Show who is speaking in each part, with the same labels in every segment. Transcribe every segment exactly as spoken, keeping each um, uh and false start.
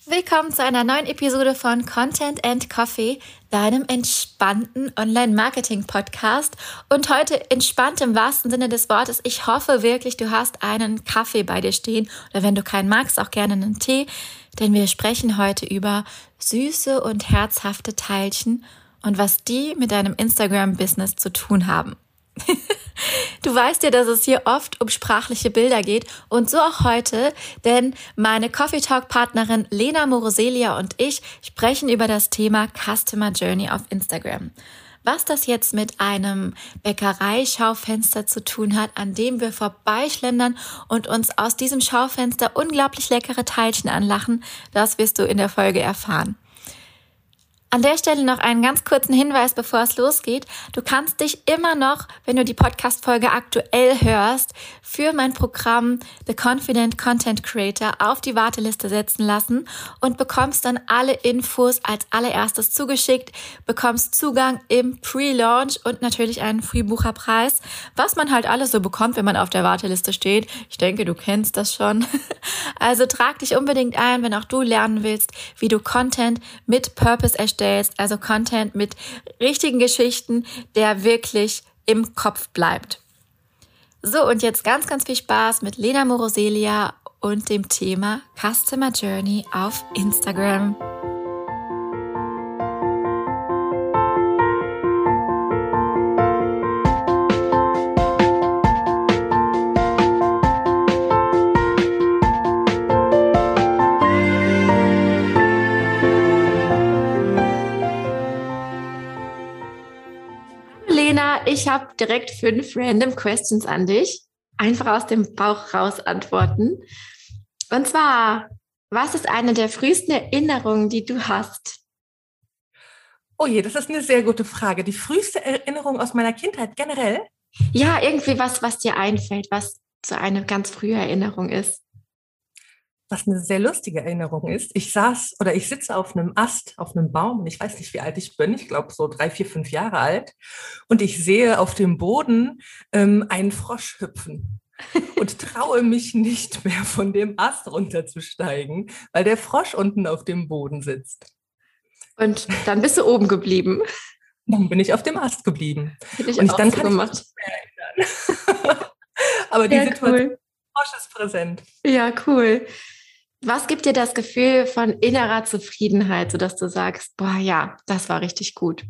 Speaker 1: Willkommen zu einer neuen Episode von Content and Coffee, deinem entspannten Online-Marketing-Podcast. Und heute entspannt im wahrsten Sinne des Wortes. Ich hoffe wirklich, du hast einen Kaffee bei dir stehen oder wenn du keinen magst, auch gerne einen Tee. Denn wir sprechen heute über süße und herzhafte Teilchen und was die mit deinem Instagram-Business zu tun haben. Du weißt ja, dass es hier oft um sprachliche Bilder geht und so auch heute, denn meine Coffee Talk Partnerin Lena Moroselia und ich sprechen über das Thema Customer Journey auf Instagram. Was das jetzt mit einem Bäckereischaufenster zu tun hat, an dem wir vorbeischlendern und uns aus diesem Schaufenster unglaublich leckere Teilchen anlachen, das wirst du in der Folge erfahren. An der Stelle noch einen ganz kurzen Hinweis, bevor es losgeht. Du kannst dich immer noch, wenn du die Podcast-Folge aktuell hörst, für mein Programm The Confident Content Creator auf die Warteliste setzen lassen und bekommst dann alle Infos als allererstes zugeschickt, bekommst Zugang im Pre-Launch und natürlich einen Frühbucherpreis, was man halt alles so bekommt, wenn man auf der Warteliste steht. Ich denke, du kennst das schon. Also trag dich unbedingt ein, wenn auch du lernen willst, wie du Content mit Purpose erstellst, also Content mit richtigen Geschichten, der wirklich im Kopf bleibt. So, und jetzt ganz, ganz viel Spaß mit Lena Moroselia und dem Thema Customer Journey auf Instagram. Ich habe direkt fünf random Questions an dich. Einfach aus dem Bauch raus antworten. Und zwar, was ist eine der frühesten Erinnerungen, die du hast?
Speaker 2: Oh je, das ist eine sehr gute Frage. Die früheste Erinnerung aus meiner Kindheit generell?
Speaker 1: Ja, irgendwie was, was dir einfällt, was so eine ganz frühe Erinnerung ist.
Speaker 2: Was eine sehr lustige Erinnerung ist. Ich saß oder ich sitze auf einem Ast, auf einem Baum und ich weiß nicht, wie alt ich bin. Ich glaube so drei, vier, fünf Jahre alt. Und ich sehe auf dem Boden ähm, einen Frosch hüpfen und traue mich nicht mehr von dem Ast runterzusteigen, weil der Frosch unten auf dem Boden sitzt.
Speaker 1: Und dann bist du oben geblieben.
Speaker 2: Dann bin ich auf dem Ast geblieben.
Speaker 1: Hätte ich
Speaker 2: und
Speaker 1: auch
Speaker 2: dann
Speaker 1: so
Speaker 2: kann
Speaker 1: gemacht.
Speaker 2: ich mich nicht mehr erinnern. Aber die
Speaker 1: ja,
Speaker 2: Situation
Speaker 1: cool.
Speaker 2: Frosch ist präsent.
Speaker 1: Ja, cool. Was gibt dir das Gefühl von innerer Zufriedenheit, sodass du sagst, boah, ja, das war richtig gut?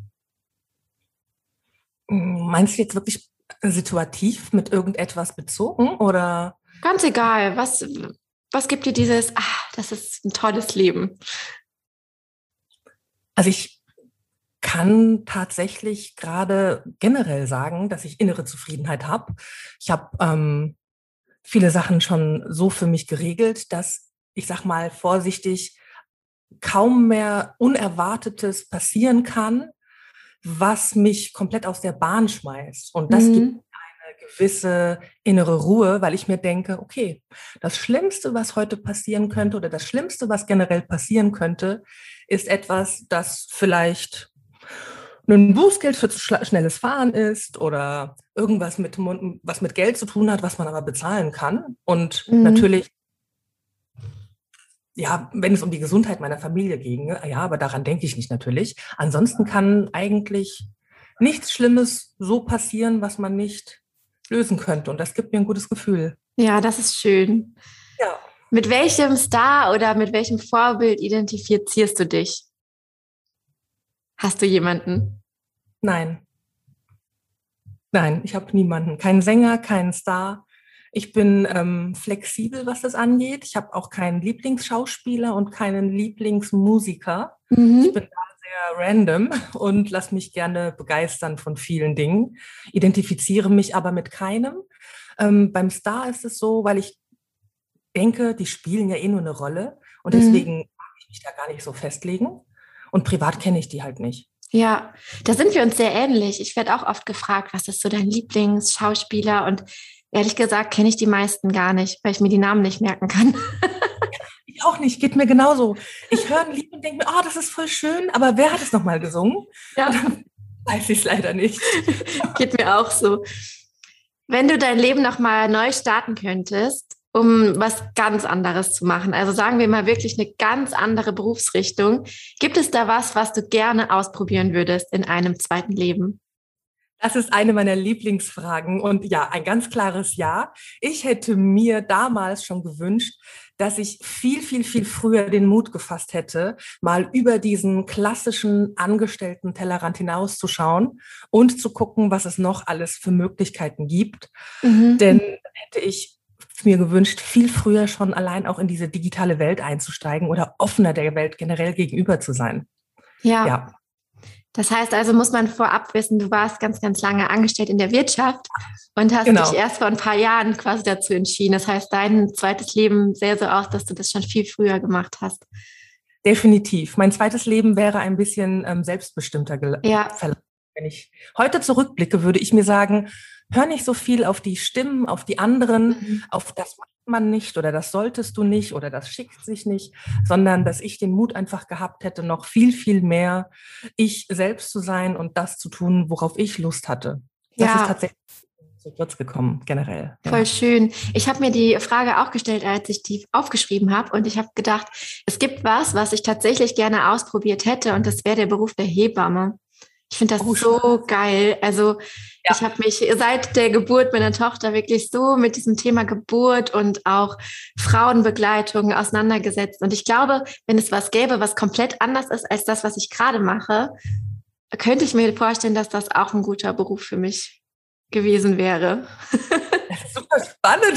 Speaker 2: Meinst du jetzt wirklich situativ mit irgendetwas bezogen oder?
Speaker 1: Ganz egal. Was, was gibt dir dieses, ach, das ist ein tolles Leben?
Speaker 2: Also ich kann tatsächlich gerade generell sagen, dass ich innere Zufriedenheit habe. Ich habe ähm, viele Sachen schon so für mich geregelt, dass ich sag mal vorsichtig, kaum mehr Unerwartetes passieren kann, was mich komplett aus der Bahn schmeißt. Und das mhm. gibt eine gewisse innere Ruhe, weil ich mir denke, okay, das Schlimmste, was heute passieren könnte oder das Schlimmste, was generell passieren könnte, ist etwas, das vielleicht ein Bußgeld für schnelles Fahren ist oder irgendwas mit, was mit Geld zu tun hat, was man aber bezahlen kann. Und mhm. natürlich ja, wenn es um die Gesundheit meiner Familie ginge, ja, aber daran denke ich nicht natürlich. Ansonsten kann eigentlich nichts Schlimmes so passieren, was man nicht lösen könnte. Und das gibt mir ein gutes Gefühl.
Speaker 1: Ja, das ist schön.
Speaker 2: Ja.
Speaker 1: Mit welchem Star oder mit welchem Vorbild identifizierst du dich? Hast du jemanden?
Speaker 2: Nein. Nein, ich habe niemanden. Keinen Sänger, keinen Star. Ich bin ähm, flexibel, was das angeht. Ich habe auch keinen Lieblingsschauspieler und keinen Lieblingsmusiker. Mhm. Ich bin da sehr random und lasse mich gerne begeistern von vielen Dingen, identifiziere mich aber mit keinem. Ähm, beim Star ist es so, weil ich denke, die spielen ja eh nur eine Rolle und deswegen mhm. mag ich mich da gar nicht so festlegen. Und privat kenne ich die halt nicht.
Speaker 1: Ja, da sind wir uns sehr ähnlich. Ich werde auch oft gefragt, was ist so dein Lieblingsschauspieler? Und ehrlich gesagt kenne ich die meisten gar nicht, weil ich mir die Namen nicht merken kann.
Speaker 2: Ich auch nicht, geht mir genauso. Ich höre ein Lied und denke mir, oh, das ist voll schön, aber wer hat es nochmal gesungen?
Speaker 1: Ja.
Speaker 2: Und dann weiß ich es leider nicht.
Speaker 1: Geht mir auch so. Wenn du dein Leben nochmal neu starten könntest, um was ganz anderes zu machen? Also sagen wir mal wirklich eine ganz andere Berufsrichtung. Gibt es da was, was du gerne ausprobieren würdest in einem zweiten Leben?
Speaker 2: Das ist eine meiner Lieblingsfragen und ja, ein ganz klares Ja. Ich hätte mir damals schon gewünscht, dass ich viel, viel, viel früher den Mut gefasst hätte, mal über diesen klassischen Angestellten-Tellerrand hinauszuschauen und zu gucken, was es noch alles für Möglichkeiten gibt. Mhm. Denn hätte ich mir gewünscht, viel früher schon allein auch in diese digitale Welt einzusteigen oder offener der Welt generell gegenüber zu sein.
Speaker 1: Ja. ja. Das heißt also, muss man vorab wissen, du warst ganz, ganz lange angestellt in der Wirtschaft und hast genau. dich erst vor ein paar Jahren quasi dazu entschieden. Das heißt, dein zweites Leben sähe so aus, dass du das schon viel früher gemacht hast.
Speaker 2: Definitiv. Mein zweites Leben wäre ein bisschen ähm, selbstbestimmter gel- ja. verlaufen. Wenn ich heute zurückblicke, würde ich mir sagen, hör nicht so viel auf die Stimmen, auf die anderen, mhm. auf das macht man nicht oder das solltest du nicht oder das schickt sich nicht, sondern dass ich den Mut einfach gehabt hätte, noch viel, viel mehr ich selbst zu sein und das zu tun, worauf ich Lust hatte. Das ja. ist tatsächlich zu kurz gekommen, generell.
Speaker 1: Voll
Speaker 2: ja.
Speaker 1: schön. Ich habe mir die Frage auch gestellt, als ich die aufgeschrieben habe und ich habe gedacht, es gibt was, was ich tatsächlich gerne ausprobiert hätte und das wäre der Beruf der Hebamme. Ich finde das oh, so Spaß. geil. Also ja. ich habe mich seit der Geburt meiner Tochter wirklich so mit diesem Thema Geburt und auch Frauenbegleitung auseinandergesetzt. Und ich glaube, wenn es was gäbe, was komplett anders ist als das, was ich gerade mache, könnte ich mir vorstellen, dass das auch ein guter Beruf für mich gewesen wäre.
Speaker 2: Das ist super spannend.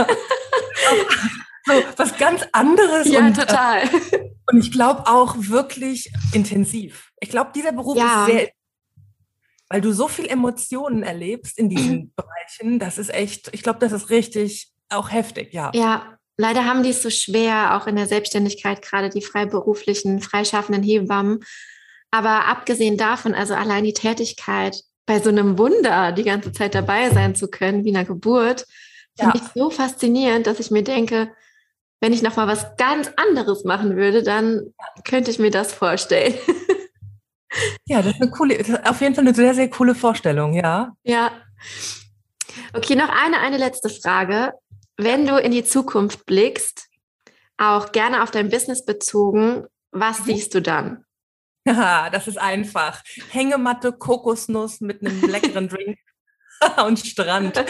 Speaker 2: So, was ganz anderes.
Speaker 1: Ja,
Speaker 2: und,
Speaker 1: total.
Speaker 2: Äh, und ich glaube auch wirklich intensiv. Ich glaube, dieser Beruf ja. ist sehr, weil du so viel Emotionen erlebst in diesen Bereichen. Das ist echt, ich glaube, das ist richtig auch heftig, ja.
Speaker 1: Ja, leider haben die es so schwer, auch in der Selbstständigkeit, gerade die freiberuflichen, freischaffenden Hebammen. Aber abgesehen davon, also allein die Tätigkeit, bei so einem Wunder die ganze Zeit dabei sein zu können, wie einer Geburt, finde ja. ich so faszinierend, dass ich mir denke, wenn ich nochmal was ganz anderes machen würde, dann könnte ich mir das vorstellen.
Speaker 2: Ja, das ist eine coole, das ist auf jeden Fall eine sehr, sehr coole Vorstellung, ja.
Speaker 1: Ja. Okay, noch eine, eine letzte Frage. Wenn du in die Zukunft blickst, auch gerne auf dein Business bezogen, was siehst du dann?
Speaker 2: Ja, das ist einfach. Hängematte, Kokosnuss mit einem leckeren Drink und Strand.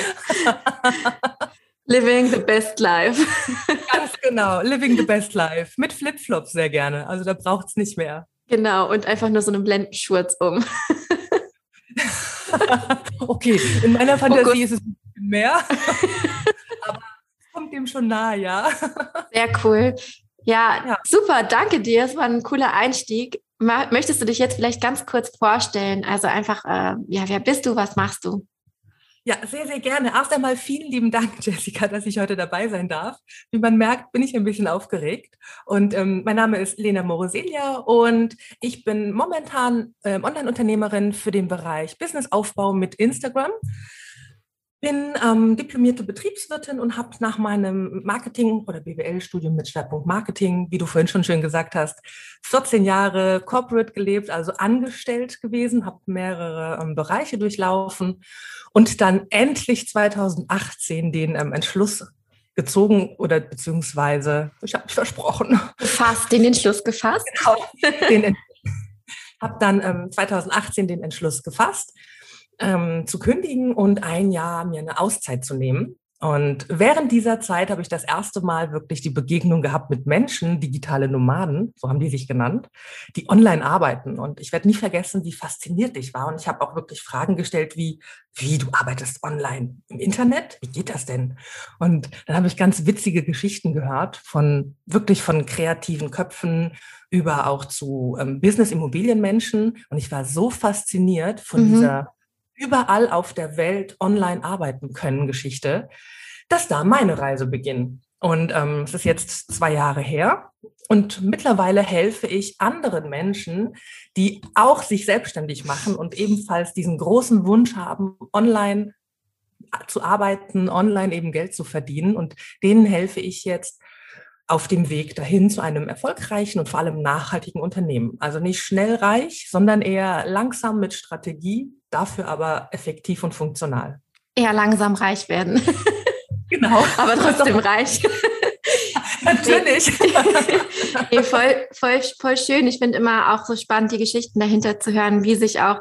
Speaker 1: Living the best life.
Speaker 2: Ganz genau, living the best life. Mit Flipflops sehr gerne, also da braucht es nicht mehr.
Speaker 1: Genau, und einfach nur so einen Blendenschurz um.
Speaker 2: Okay, in meiner Fantasie oh ist es ein bisschen mehr, aber es kommt dem schon nahe, ja.
Speaker 1: Sehr cool. Ja, ja, super, danke dir, es war ein cooler Einstieg. Möchtest du dich jetzt vielleicht ganz kurz vorstellen? Also einfach, äh, ja, wer bist du, was machst du?
Speaker 2: Ja, sehr, sehr gerne. Erst einmal vielen lieben Dank, Jessica, dass ich heute dabei sein darf. Wie man merkt, bin ich ein bisschen aufgeregt. Und ähm, mein Name ist Lena Moroselia und ich bin momentan ähm, Online-Unternehmerin für den Bereich Businessaufbau mit Instagram. Bin ähm, diplomierte Betriebswirtin und habe nach meinem Marketing- oder B W L-Studium mit Schwerpunkt Marketing, wie du vorhin schon schön gesagt hast, vierzehn Jahre Corporate gelebt, also angestellt gewesen, habe mehrere ähm, Bereiche durchlaufen und dann endlich zweitausendachtzehn den ähm, Entschluss gezogen oder beziehungsweise, ich habe mich versprochen.
Speaker 1: Gefasst, den Entschluss gefasst?
Speaker 2: Genau, habe dann ähm, zweitausendachtzehn den Entschluss gefasst, Ähm, zu kündigen und ein Jahr mir eine Auszeit zu nehmen. Und während dieser Zeit habe ich das erste Mal wirklich die Begegnung gehabt mit Menschen, digitale Nomaden, so haben die sich genannt, die online arbeiten. Und ich werde nie vergessen, wie fasziniert ich war. Und ich habe auch wirklich Fragen gestellt wie, wie, du arbeitest online im Internet? Wie geht das denn? Und dann habe ich ganz witzige Geschichten gehört von wirklich von kreativen Köpfen über auch zu ähm, Business-Immobilienmenschen. Und ich war so fasziniert von mhm. dieser überall auf der Welt online arbeiten können Geschichte, dass da meine Reise beginnt. Und ähm, es ist jetzt zwei Jahre her und mittlerweile helfe ich anderen Menschen, die auch sich selbstständig machen und ebenfalls diesen großen Wunsch haben, online zu arbeiten, online eben Geld zu verdienen. Und denen helfe ich jetzt auf dem Weg dahin zu einem erfolgreichen und vor allem nachhaltigen Unternehmen. Also nicht schnell reich, sondern eher langsam mit Strategie, dafür aber effektiv und funktional.
Speaker 1: Eher langsam reich werden.
Speaker 2: Genau.
Speaker 1: Aber trotzdem reich.
Speaker 2: Natürlich.
Speaker 1: Nee, voll, voll, voll schön. Ich finde immer auch so spannend, die Geschichten dahinter zu hören, wie sich auch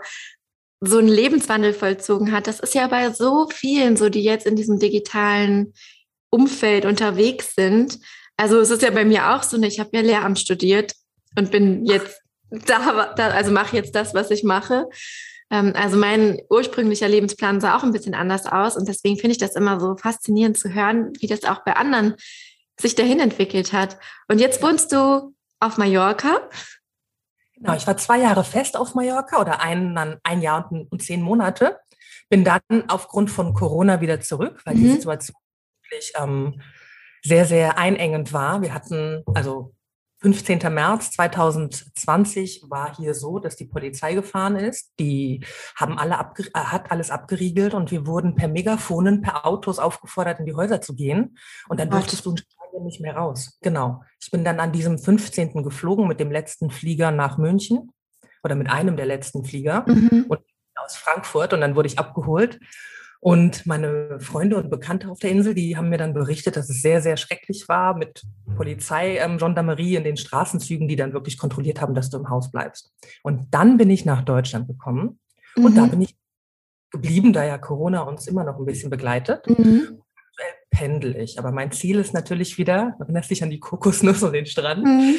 Speaker 1: so ein Lebenswandel vollzogen hat. Das ist ja bei so vielen so, die jetzt in diesem digitalen Umfeld unterwegs sind. Also es ist ja bei mir auch so, ich habe ja Lehramt studiert und bin jetzt da, da also mache jetzt das, was ich mache. Ähm, also mein ursprünglicher Lebensplan sah auch ein bisschen anders aus und deswegen finde ich das immer so faszinierend zu hören, wie das auch bei anderen sich dahin entwickelt hat. Und jetzt wohnst du auf Mallorca?
Speaker 2: Genau, ich war zwei Jahre fest auf Mallorca oder ein, ein Jahr und, und zehn Monate. Bin dann aufgrund von Corona wieder zurück, weil mhm. die Situation wirklich ähm, sehr, sehr einengend war. Wir hatten, also fünfzehnten März zweitausendzwanzig war hier so, dass die Polizei gefahren ist. Die haben alle abge- hat alles abgeriegelt und wir wurden per Megafonen, per Autos aufgefordert, in die Häuser zu gehen. Und dann durftest du nicht mehr raus. Genau. Ich bin dann an diesem fünfzehnten geflogen mit dem letzten Flieger nach München oder mit einem der letzten Flieger mhm. und aus Frankfurt und dann wurde ich abgeholt. Und meine Freunde und Bekannte auf der Insel, die haben mir dann berichtet, dass es sehr, sehr schrecklich war mit Polizei, ähm, Gendarmerie in den Straßenzügen, die dann wirklich kontrolliert haben, dass du im Haus bleibst. Und dann bin ich nach Deutschland gekommen mhm. und da bin ich geblieben, da ja Corona uns immer noch ein bisschen begleitet. Mhm. Pendel ich. Aber mein Ziel ist natürlich wieder, man erinnert sich an die Kokosnuss und den Strand, mhm.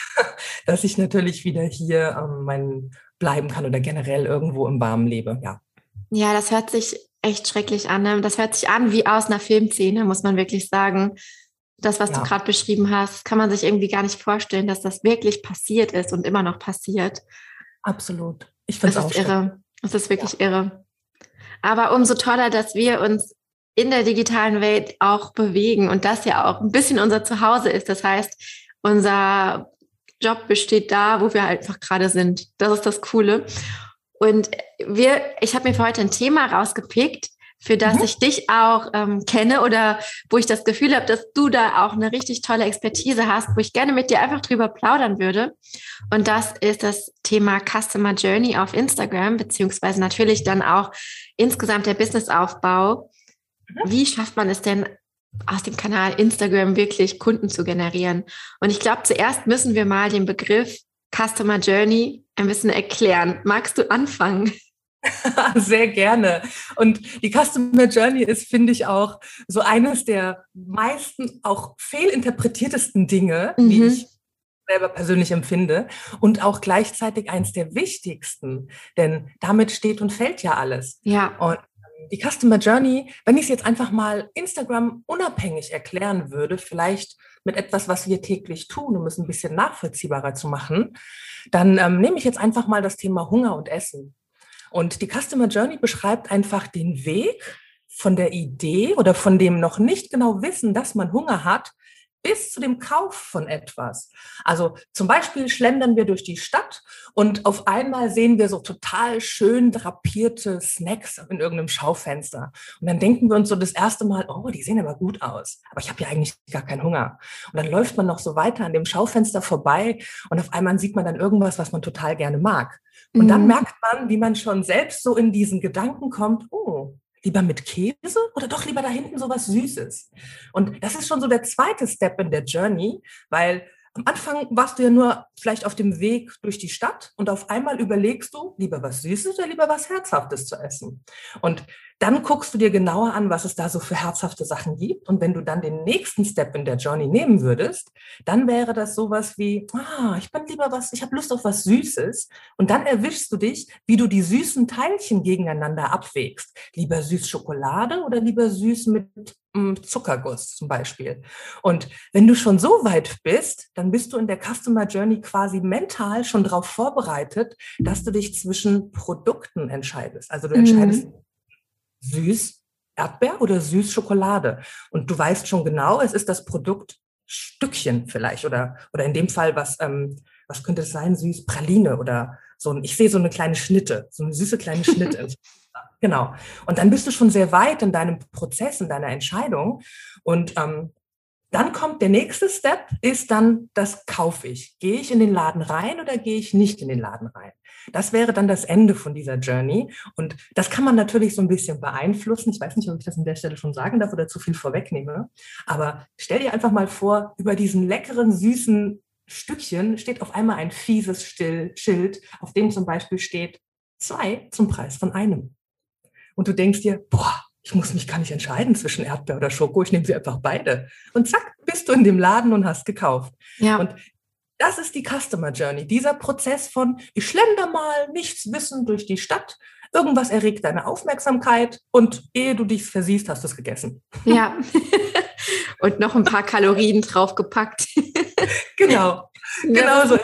Speaker 2: dass ich natürlich wieder hier ähm, mein bleiben kann oder generell irgendwo im Warmen lebe. Ja.
Speaker 1: Ja, das hört sich echt schrecklich an. Ne? Das hört sich an wie aus einer Filmszene, muss man wirklich sagen. Das, was ja. du gerade beschrieben hast, kann man sich irgendwie gar nicht vorstellen, dass das wirklich passiert ist und immer noch passiert.
Speaker 2: Absolut. Ich finde es auch
Speaker 1: irre. Es ist wirklich ja. irre. Aber umso toller, dass wir uns in der digitalen Welt auch bewegen und das ja auch ein bisschen unser Zuhause ist. Das heißt, unser Job besteht da, wo wir einfach gerade sind. Das ist das Coole. Und wir, ich habe mir für heute ein Thema rausgepickt, für das mhm. ich dich auch ähm, kenne oder wo ich das Gefühl habe, dass du da auch eine richtig tolle Expertise hast, wo ich gerne mit dir einfach drüber plaudern würde. Und das ist das Thema Customer Journey auf Instagram, beziehungsweise natürlich dann auch insgesamt der Businessaufbau. Wie schafft man es denn, aus dem Kanal Instagram wirklich Kunden zu generieren? Und ich glaube, zuerst müssen wir mal den Begriff Customer Journey ein bisschen erklären. Magst du anfangen?
Speaker 2: Sehr gerne. Und die Customer Journey ist, finde ich, auch so eines der meisten auch fehlinterpretiertesten Dinge, mhm. die ich selber persönlich empfinde und auch gleichzeitig eines der wichtigsten, denn damit steht und fällt ja alles.
Speaker 1: Ja.
Speaker 2: Und die Customer Journey, wenn ich es jetzt einfach mal Instagram unabhängig erklären würde, vielleicht mit etwas, was wir täglich tun, um es ein bisschen nachvollziehbarer zu machen, dann ähm, nehme ich jetzt einfach mal das Thema Hunger und Essen. Und die Customer Journey beschreibt einfach den Weg von der Idee oder von dem noch nicht genau Wissen, dass man Hunger hat, bis zu dem Kauf von etwas. Also zum Beispiel schlendern wir durch die Stadt und auf einmal sehen wir so total schön drapierte Snacks in irgendeinem Schaufenster. Und dann denken wir uns so das erste Mal, oh, die sehen aber gut aus. Aber ich habe ja eigentlich gar keinen Hunger. Und dann läuft man noch so weiter an dem Schaufenster vorbei und auf einmal sieht man dann irgendwas, was man total gerne mag. Und dann merkt man, wie man schon selbst so in diesen Gedanken kommt, oh, lieber mit Käse oder doch lieber da hinten sowas Süßes? Und das ist schon so der zweite Step in der Journey, weil am Anfang warst du ja nur vielleicht auf dem Weg durch die Stadt und auf einmal überlegst du, lieber was Süßes oder lieber was Herzhaftes zu essen. Und dann guckst du dir genauer an, was es da so für herzhafte Sachen gibt. Und wenn du dann den nächsten Step in der Journey nehmen würdest, dann wäre das sowas wie, ah, ich bin lieber was, ich habe Lust auf was Süßes. Und dann erwischst du dich, wie du die süßen Teilchen gegeneinander abwägst. Lieber süß Schokolade oder lieber süß mit mh, Zuckerguss zum Beispiel. Und wenn du schon so weit bist, dann bist du in der Customer Journey quasi mental schon darauf vorbereitet, dass du dich zwischen Produkten entscheidest. Also du entscheidest, mhm. süß Erdbeer oder süß Schokolade. Und du weißt schon genau, es ist das Produkt Stückchen vielleicht oder, oder in dem Fall, was, ähm, was könnte es sein? Süß Praline oder so. Ich sehe so eine kleine Schnitte, so eine süße kleine Schnitte. Genau. Und dann bist du schon sehr weit in deinem Prozess, in deiner Entscheidung. Und ähm, Dann kommt der nächste Step, ist dann, das kaufe ich. Gehe ich in den Laden rein oder gehe ich nicht in den Laden rein? Das wäre dann das Ende von dieser Journey. Und das kann man natürlich so ein bisschen beeinflussen. Ich weiß nicht, ob ich das an der Stelle schon sagen darf oder zu viel vorwegnehme. Aber stell dir einfach mal vor, über diesen leckeren, süßen Stückchen steht auf einmal ein fieses Schild, auf dem zum Beispiel steht, zwei zum Preis von einem. Und du denkst dir, boah, ich muss mich gar nicht entscheiden zwischen Erdbeer oder Schoko, ich nehme sie einfach beide. Und zack, bist du in dem Laden und hast gekauft.
Speaker 1: Ja.
Speaker 2: Und das ist die Customer Journey, dieser Prozess von, ich schlender mal, nichts wissend durch die Stadt, irgendwas erregt deine Aufmerksamkeit und ehe du dich versiehst, hast du es gegessen.
Speaker 1: Ja, und noch ein paar Kalorien draufgepackt.
Speaker 2: Genau, genau so.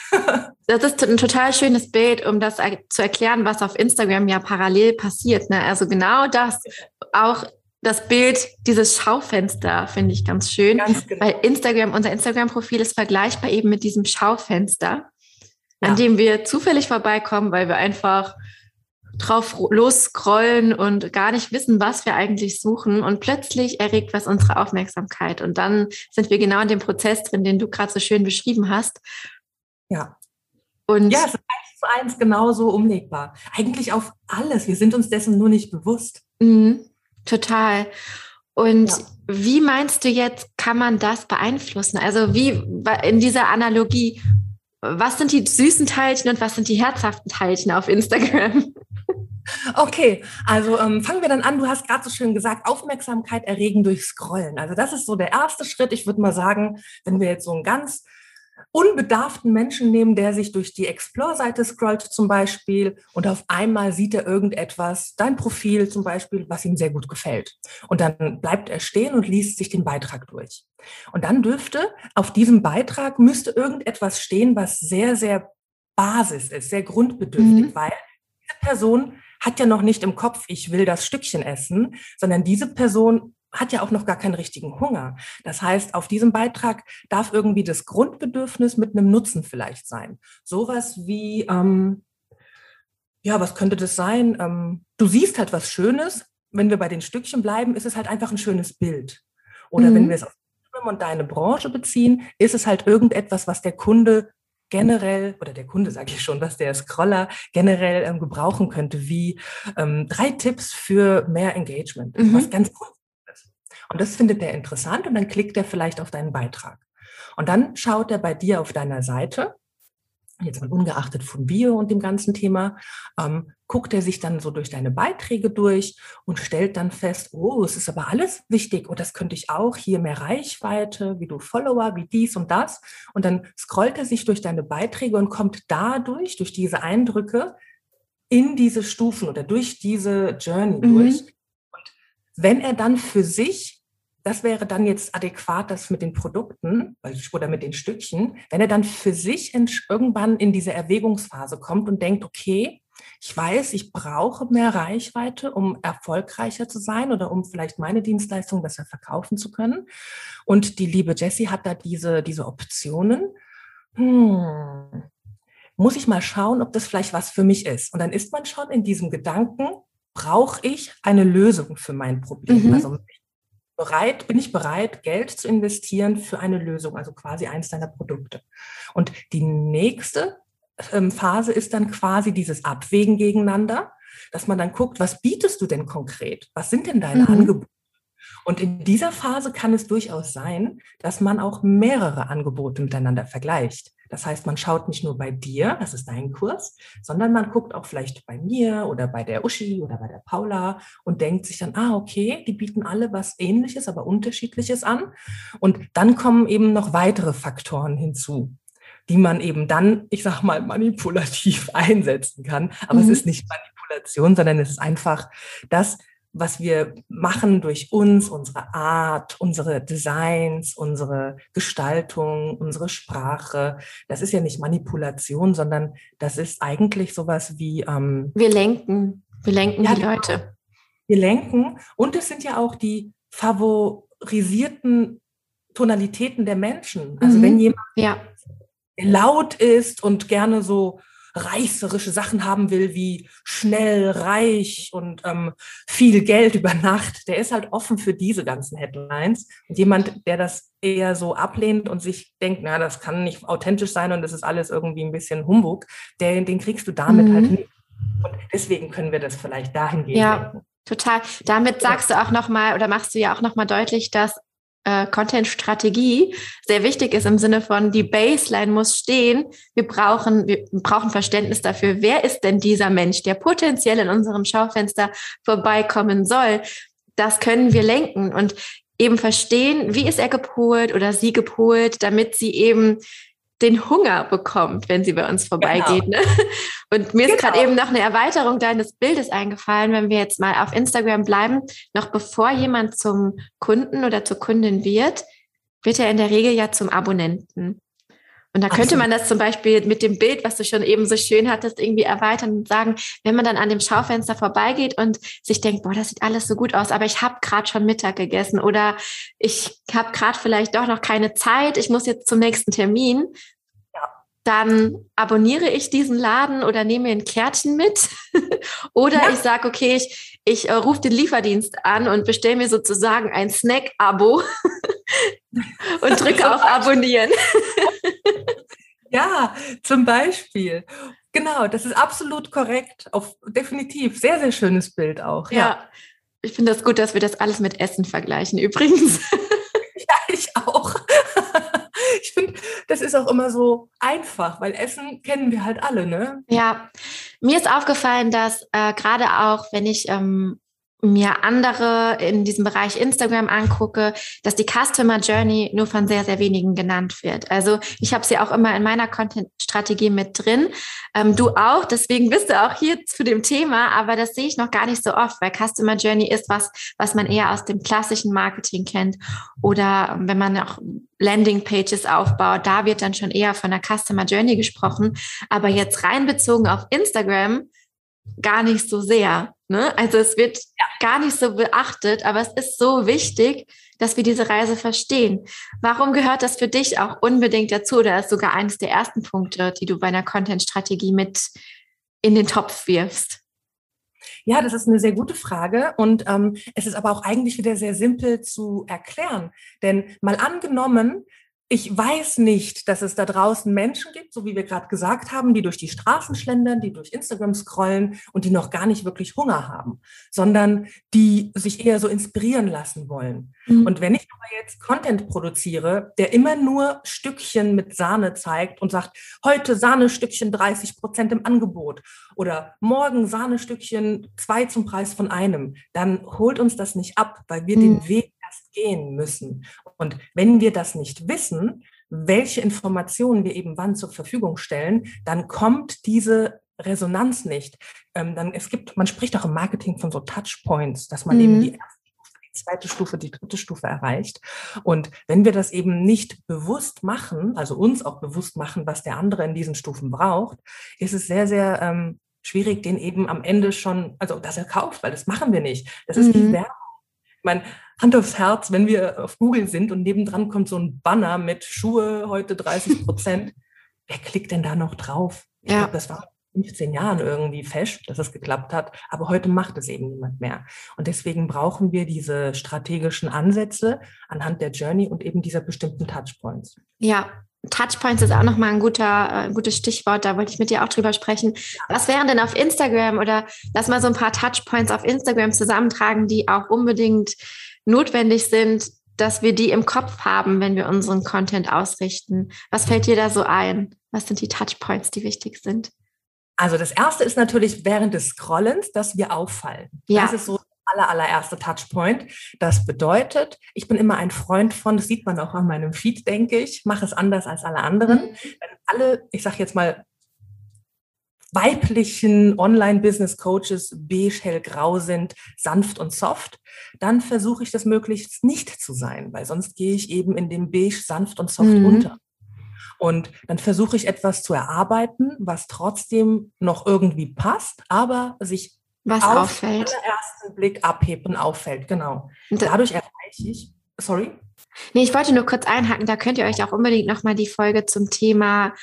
Speaker 1: Das ist ein total schönes Bild, um das zu erklären, was auf Instagram ja parallel passiert. Ne? Also genau das, auch das Bild, dieses Schaufenster finde ich ganz schön, ganz genau. Weil Instagram, unser Instagram-Profil ist vergleichbar eben mit diesem Schaufenster, ja. An dem wir zufällig vorbeikommen, weil wir einfach drauf losscrollen und gar nicht wissen, was wir eigentlich suchen, und plötzlich erregt was unsere Aufmerksamkeit und dann sind wir genau in dem Prozess drin, den du gerade so schön beschrieben hast.
Speaker 2: Ja.
Speaker 1: Und
Speaker 2: ja, es ist eins zu eins genauso umlegbar. Eigentlich auf alles. Wir sind uns dessen nur nicht bewusst.
Speaker 1: Mhm, total. Und
Speaker 2: ja.
Speaker 1: Wie meinst du jetzt, kann man das beeinflussen? Also wie in dieser Analogie, was sind die süßen Teilchen und was sind die herzhaften Teilchen auf Instagram?
Speaker 2: Okay, also ähm, fangen wir dann an. Du hast gerade so schön gesagt, Aufmerksamkeit erregen durch Scrollen. Also das ist so der erste Schritt. Ich würde mal sagen, wenn wir jetzt so einen ganz unbedarften Menschen nehmen, der sich durch die Explore-Seite scrollt zum Beispiel und auf einmal sieht er irgendetwas, dein Profil zum Beispiel, was ihm sehr gut gefällt. Und dann bleibt er stehen und liest sich den Beitrag durch. Und dann dürfte auf diesem Beitrag müsste irgendetwas stehen, was sehr, sehr Basis ist, sehr grundbedürftig, mhm. weil diese Person hat ja noch nicht im Kopf, ich will das Stückchen essen, sondern diese Person hat ja auch noch gar keinen richtigen Hunger. Das heißt, auf diesem Beitrag darf irgendwie das Grundbedürfnis mit einem Nutzen vielleicht sein. Sowas wie, ähm, ja, was könnte das sein? Ähm, du siehst halt was Schönes. Wenn wir bei den Stückchen bleiben, ist es halt einfach ein schönes Bild. Oder mhm. wenn wir es auf und deine Branche beziehen, ist es halt irgendetwas, was der Kunde generell, oder der Kunde sage ich schon, was der Scroller generell ähm, gebrauchen könnte, wie ähm, drei Tipps für mehr Engagement, mhm. was ganz cool ist. Und das findet er interessant und dann klickt er vielleicht auf deinen Beitrag. Und dann schaut er bei dir auf deiner Seite, jetzt mal ungeachtet von Bio und dem ganzen Thema, ähm, guckt er sich dann so durch deine Beiträge durch und stellt dann fest, oh, es ist aber alles wichtig, oh, das könnte ich auch, hier mehr Reichweite, wie du Follower, wie dies und das. Und dann scrollt er sich durch deine Beiträge und kommt dadurch, durch diese Eindrücke, in diese Stufen oder durch diese Journey mhm. durch. Und wenn er dann für sich, das wäre dann jetzt adäquat, das mit den Produkten oder mit den Stückchen, wenn er dann für sich irgendwann in diese Erwägungsphase kommt und denkt, okay, ich weiß, ich brauche mehr Reichweite, um erfolgreicher zu sein oder um vielleicht meine Dienstleistung besser verkaufen zu können. Und die liebe Jessie hat da diese, diese Optionen. Hm, muss ich mal schauen, ob das vielleicht was für mich ist. Und dann ist man schon in diesem Gedanken, brauche ich eine Lösung für mein Problem? Mhm. Also Bereit, bin ich bereit, Geld zu investieren für eine Lösung, also quasi eins deiner Produkte. Und die nächste ähm, Phase ist dann quasi dieses Abwägen gegeneinander, dass man dann guckt, was bietest du denn konkret? Was sind denn deine mhm. Angebote? Und in dieser Phase kann es durchaus sein, dass man auch mehrere Angebote miteinander vergleicht. Das heißt, man schaut nicht nur bei dir, das ist dein Kurs, sondern man guckt auch vielleicht bei mir oder bei der Uschi oder bei der Paula und denkt sich dann, ah, okay, die bieten alle was Ähnliches, aber Unterschiedliches an. Und dann kommen eben noch weitere Faktoren hinzu, die man eben dann, ich sag mal, manipulativ einsetzen kann. Aber mhm. es ist nicht Manipulation, sondern es ist einfach das, was wir machen durch uns, unsere Art, unsere Designs, unsere Gestaltung, unsere Sprache. Das ist ja nicht Manipulation, sondern das ist eigentlich sowas wie... Ähm,
Speaker 1: wir lenken, wir lenken ja, die Leute.
Speaker 2: Wir lenken und es sind ja auch die favorisierten Tonalitäten der Menschen. Also mhm. wenn jemand
Speaker 1: ja.
Speaker 2: laut ist und gerne so reißerische Sachen haben will, wie schnell, reich und ähm, viel Geld über Nacht, der ist halt offen für diese ganzen Headlines. Und jemand, der das eher so ablehnt und sich denkt, na, das kann nicht authentisch sein und das ist alles irgendwie ein bisschen Humbug, der, den kriegst du damit mhm. halt nicht. Und deswegen können wir das vielleicht dahingehend
Speaker 1: ja,
Speaker 2: denken.
Speaker 1: Total. Damit sagst du auch nochmal oder machst du ja auch nochmal deutlich, dass äh, Content-Strategie sehr wichtig ist im Sinne von, die Baseline muss stehen. Wir brauchen, wir brauchen Verständnis dafür, wer ist denn dieser Mensch, der potenziell in unserem Schaufenster vorbeikommen soll. Das können wir lenken und eben verstehen, wie ist er gepolt oder sie gepolt, damit sie eben den Hunger bekommt, wenn sie bei uns vorbeigeht. Genau. Ne? Und mir ist genau. gerade eben noch eine Erweiterung deines Bildes eingefallen, wenn wir jetzt mal auf Instagram bleiben. Noch bevor jemand zum Kunden oder zur Kundin wird, wird er in der Regel ja zum Abonnenten. Und da könnte man das zum Beispiel mit dem Bild, was du schon eben so schön hattest, irgendwie erweitern und sagen, wenn man dann an dem Schaufenster vorbeigeht und sich denkt, boah, das sieht alles so gut aus, aber ich habe gerade schon Mittag gegessen oder ich habe gerade vielleicht doch noch keine Zeit, ich muss jetzt zum nächsten Termin, ja. Dann abonniere ich diesen Laden oder nehme mir ein Kärtchen mit oder ja. ich sage, okay, ich, ich äh, rufe den Lieferdienst an und bestelle mir sozusagen ein Snack-Abo und drücke auf Abonnieren.
Speaker 2: Ja, zum Beispiel. Genau, das ist absolut korrekt. Auf, definitiv. Sehr, sehr schönes Bild auch. Ja, ja.
Speaker 1: Ich finde das gut, dass wir das alles mit Essen vergleichen übrigens.
Speaker 2: Ja, ich auch. Ich finde, das ist auch immer so einfach, weil Essen kennen wir halt alle, ne?
Speaker 1: Ja, mir ist aufgefallen, dass äh, gerade auch, wenn ich ähm, mir andere in diesem Bereich Instagram angucke, dass die Customer Journey nur von sehr, sehr wenigen genannt wird. Also ich habe sie auch immer in meiner Content-Strategie mit drin. Ähm, du auch, deswegen bist du auch hier zu dem Thema, aber das sehe ich noch gar nicht so oft, weil Customer Journey ist was, was man eher aus dem klassischen Marketing kennt oder wenn man auch Landing-Pages aufbaut, da wird dann schon eher von der Customer Journey gesprochen, aber jetzt rein bezogen auf Instagram gar nicht so sehr. Ne? Also es wird ja. gar nicht so beachtet, aber es ist so wichtig, dass wir diese Reise verstehen. Warum gehört das für dich auch unbedingt dazu oder ist sogar eines der ersten Punkte, die du bei einer Content-Strategie mit in den Topf wirfst?
Speaker 2: Ja, das ist eine sehr gute Frage und ähm, es ist aber auch eigentlich wieder sehr simpel zu erklären. Denn mal angenommen, ich weiß nicht, dass es da draußen Menschen gibt, so wie wir gerade gesagt haben, die durch die Straßen schlendern, die durch Instagram scrollen und die noch gar nicht wirklich Hunger haben, sondern die sich eher so inspirieren lassen wollen. Mhm. Und wenn ich aber jetzt Content produziere, der immer nur Stückchen mit Sahne zeigt und sagt, heute Sahnestückchen dreißig Prozent im Angebot oder morgen Sahnestückchen zwei zum Preis von einem, dann holt uns das nicht ab, weil wir mhm. den Weg erst gehen müssen. Und wenn wir das nicht wissen, welche Informationen wir eben wann zur Verfügung stellen, dann kommt diese Resonanz nicht. Ähm, dann, es gibt, man spricht auch im Marketing von so Touchpoints, dass man mhm. eben die erste Stufe, die zweite Stufe, die dritte Stufe erreicht. Und wenn wir das eben nicht bewusst machen, also uns auch bewusst machen, was der andere in diesen Stufen braucht, ist es sehr, sehr ähm, schwierig, den eben am Ende schon, also dass er kauft, weil das machen wir nicht. Das ist mhm. wie Werbung. Ich meine, Hand aufs Herz, wenn wir auf Google sind und nebendran kommt so ein Banner mit Schuhe heute dreißig Prozent, wer klickt denn da noch drauf? Ich ja. glaube, das war in fünfzehn Jahren irgendwie fesch, dass es geklappt hat, aber heute macht es eben niemand mehr. Und deswegen brauchen wir diese strategischen Ansätze anhand der Journey und eben dieser bestimmten Touchpoints.
Speaker 1: Ja, Touchpoints ist auch nochmal ein guter, äh, gutes Stichwort, da wollte ich mit dir auch drüber sprechen. Was wären denn auf Instagram oder lass mal so ein paar Touchpoints auf Instagram zusammentragen, die auch unbedingt notwendig sind, dass wir die im Kopf haben, wenn wir unseren Content ausrichten? Was fällt dir da so ein? Was sind die Touchpoints, die wichtig sind?
Speaker 2: Also das erste ist natürlich während des Scrollens, dass wir auffallen. Ja. Das ist so aller, allererste Touchpoint. Das bedeutet, ich bin immer ein Freund von, das sieht man auch an meinem Feed, denke ich, mache es anders als alle anderen. Mhm. Wenn alle, ich sage jetzt mal, weiblichen Online-Business-Coaches beige, hellgrau sind, sanft und soft, dann versuche ich das möglichst nicht zu sein, weil sonst gehe ich eben in dem beige, sanft und soft mhm. unter. Und dann versuche ich etwas zu erarbeiten, was trotzdem noch irgendwie passt, aber sich
Speaker 1: was
Speaker 2: auf
Speaker 1: auffällt.
Speaker 2: den ersten Blick abhebt und auffällt, genau. Und dadurch erreiche ich, sorry?
Speaker 1: Nee, ich wollte nur kurz einhaken, da könnt ihr euch auch unbedingt nochmal die Folge zum Thema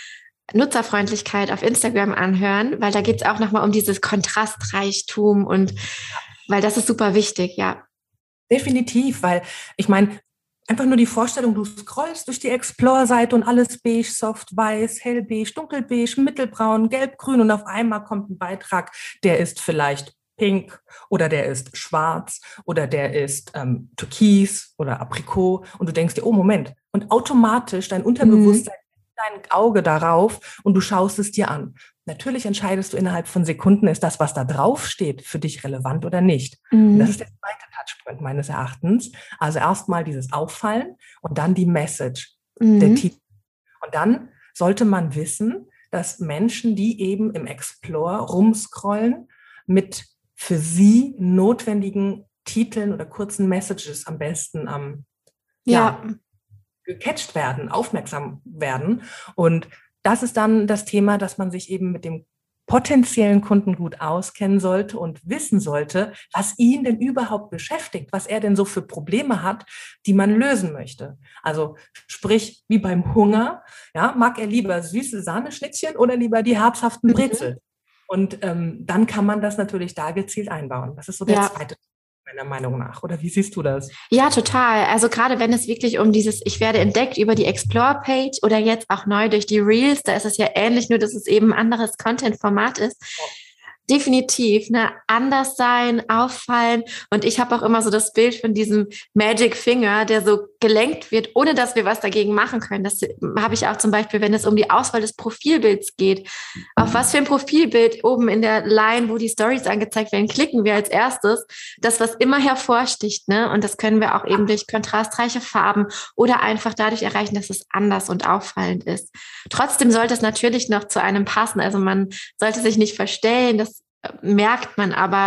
Speaker 1: Nutzerfreundlichkeit auf Instagram anhören, weil da geht es auch nochmal um dieses Kontrastreichtum und weil das ist super wichtig, ja.
Speaker 2: Definitiv, weil ich meine, einfach nur die Vorstellung, du scrollst durch die Explore-Seite und alles beige, soft, weiß, hellbeige, dunkelbeige, mittelbraun, gelb, grün und auf einmal kommt ein Beitrag, der ist vielleicht pink oder der ist schwarz oder der ist ähm, türkis oder aprikot und du denkst dir, oh Moment, und automatisch dein Unterbewusstsein, mhm. dein Auge darauf und du schaust es dir an. Natürlich entscheidest du innerhalb von Sekunden, ist das, was da drauf steht, für dich relevant oder nicht. Mhm. Und das ist der zweite Touchpoint meines Erachtens. Also erstmal dieses Auffallen und dann die Message, mhm. der Titel. Und dann sollte man wissen, dass Menschen, die eben im Explore rumscrollen, mit für sie notwendigen Titeln oder kurzen Messages am besten ähm, ja. ja, gecatcht werden, aufmerksam werden. Und das ist dann das Thema, dass man sich eben mit dem potenziellen Kunden gut auskennen sollte und wissen sollte, was ihn denn überhaupt beschäftigt, was er denn so für Probleme hat, die man lösen möchte. Also sprich, wie beim Hunger, ja, mag er lieber süße Sahneschnittchen oder lieber die herzhaften Brezel? Mhm. Und ähm, dann kann man das natürlich da gezielt einbauen. Das ist so der ja. zweite, meiner Meinung nach. Oder wie siehst du das?
Speaker 1: Ja, total. Also gerade wenn es wirklich um dieses, ich werde entdeckt über die Explore-Page oder jetzt auch neu durch die Reels, da ist es ja ähnlich, nur dass es eben ein anderes Content-Format ist. Ja. Definitiv, ne, anders sein, auffallen. Und ich habe auch immer so das Bild von diesem Magic Finger, der so gelenkt wird, ohne dass wir was dagegen machen können. Das habe ich auch zum Beispiel, wenn es um die Auswahl des Profilbilds geht. Auf was für ein Profilbild oben in der Line, wo die Stories angezeigt werden, klicken wir als erstes. Das, was immer hervorsticht, ne? Und das können wir auch eben durch kontrastreiche Farben oder einfach dadurch erreichen, dass es anders und auffallend ist. Trotzdem sollte es natürlich noch zu einem passen. Also man sollte sich nicht verstellen, das merkt man, aber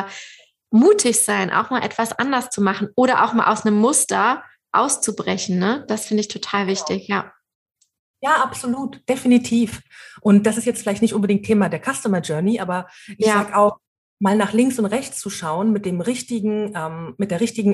Speaker 1: mutig sein, auch mal etwas anders zu machen oder auch mal aus einem Muster auszubrechen, ne? Das finde ich total wichtig, ja.
Speaker 2: Ja, absolut, definitiv. Und das ist jetzt vielleicht nicht unbedingt Thema der Customer Journey, aber ich ja. sage auch, mal nach links und rechts zu schauen mit dem richtigen, ähm, mit der richtigen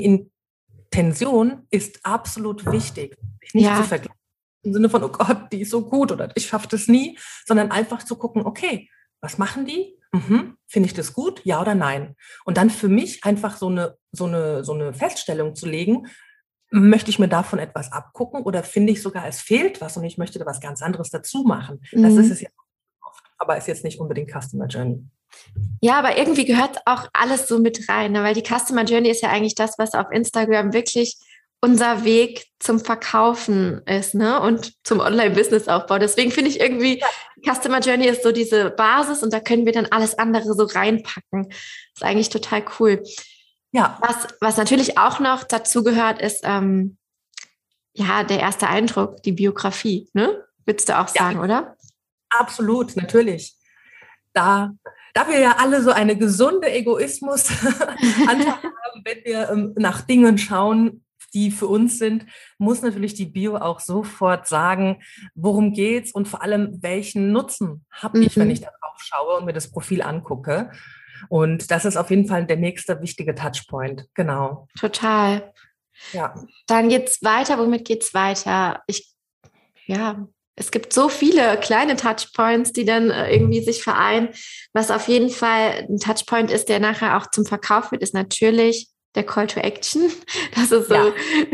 Speaker 2: Intention ist absolut wichtig. Sich nicht ja. zu vergleichen im Sinne von, oh Gott, die ist so gut oder ich schaffe das nie, sondern einfach zu gucken, okay, was machen die? Mhm. Finde ich das gut? Ja oder nein? Und dann für mich einfach so eine, so eine, so eine Feststellung zu legen, möchte ich mir davon etwas abgucken oder finde ich sogar, es fehlt was und ich möchte da was ganz anderes dazu machen. Mhm. Das ist es ja oft, aber ist jetzt nicht unbedingt Customer Journey.
Speaker 1: Ja, aber irgendwie gehört auch alles so mit rein, ne? Weil die Customer Journey ist ja eigentlich das, was auf Instagram wirklich unser Weg zum Verkaufen ist, ne? Und zum Online-Business-Aufbau. Deswegen finde ich irgendwie, ja. Customer Journey ist so diese Basis und da können wir dann alles andere so reinpacken. Das ist eigentlich total cool. Ja. Was, was natürlich auch noch dazu gehört, ist ähm, ja der erste Eindruck, die Biografie, ne? Würdest du auch sagen, ja. oder?
Speaker 2: Absolut, natürlich. Da, da wir ja alle so eine gesunde Egoismus-Anteil haben, wenn wir ähm, nach Dingen schauen, die für uns sind, muss natürlich die Bio auch sofort sagen, worum geht's und vor allem, welchen Nutzen habe ich, mhm. wenn ich da drauf schaue und mir das Profil angucke. Und das ist auf jeden Fall der nächste wichtige Touchpoint. Genau.
Speaker 1: Total.
Speaker 2: Ja.
Speaker 1: Dann geht's weiter. Womit geht's weiter? Ich, ja, es gibt so viele kleine Touchpoints, die dann irgendwie sich vereinen. Was auf jeden Fall ein Touchpoint ist, der nachher auch zum Verkauf wird, ist natürlich der Call to Action. Das ist so ja.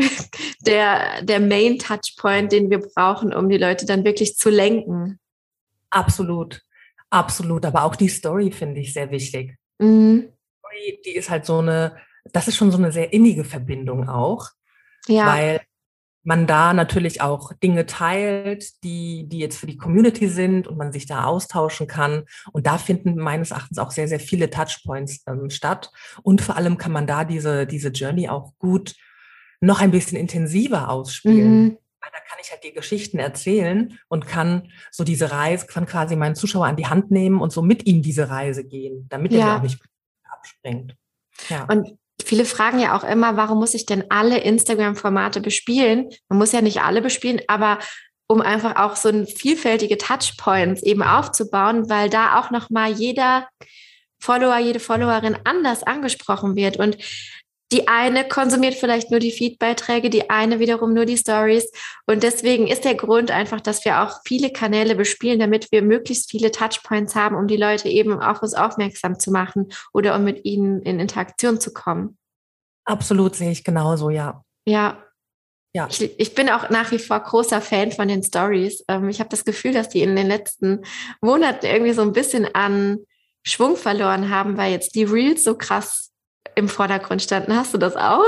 Speaker 1: der, der Main Touchpoint, den wir brauchen, um die Leute dann wirklich zu lenken.
Speaker 2: Absolut, absolut. Aber auch die Story finde ich sehr wichtig.
Speaker 1: Mhm.
Speaker 2: Die Story, die ist halt so eine, das ist schon so eine sehr innige Verbindung auch.
Speaker 1: Ja.
Speaker 2: Weil man da natürlich auch Dinge teilt, die, die jetzt für die Community sind und man sich da austauschen kann. Und da finden meines Erachtens auch sehr, sehr viele Touchpoints ähm, statt. Und vor allem kann man da diese, diese Journey auch gut noch ein bisschen intensiver ausspielen. Mhm. Weil da kann ich halt die Geschichten erzählen und kann so diese Reise, kann quasi meinen Zuschauer an die Hand nehmen und so mit ihm diese Reise gehen, damit
Speaker 1: ja.
Speaker 2: er auch nicht abspringt.
Speaker 1: Ja. Und viele fragen ja auch immer, warum muss ich denn alle Instagram-Formate bespielen? Man muss ja nicht alle bespielen, aber um einfach auch so ein vielfältige Touchpoints eben aufzubauen, weil da auch nochmal jeder Follower, jede Followerin anders angesprochen wird. Und Die eine konsumiert vielleicht nur die Feed-Beiträge, die eine wiederum nur die Stories. Und deswegen ist der Grund einfach, dass wir auch viele Kanäle bespielen, damit wir möglichst viele Touchpoints haben, um die Leute eben auf uns aufmerksam zu machen oder um mit ihnen in Interaktion zu kommen.
Speaker 2: Absolut, sehe ich genauso, ja.
Speaker 1: Ja.
Speaker 2: Ja.
Speaker 1: Ich, ich bin auch nach wie vor großer Fan von den Stories. Ähm, ich habe das Gefühl, dass die in den letzten Monaten irgendwie so ein bisschen an Schwung verloren haben, weil jetzt die Reels so krass im Vordergrund standen. Hast du das auch?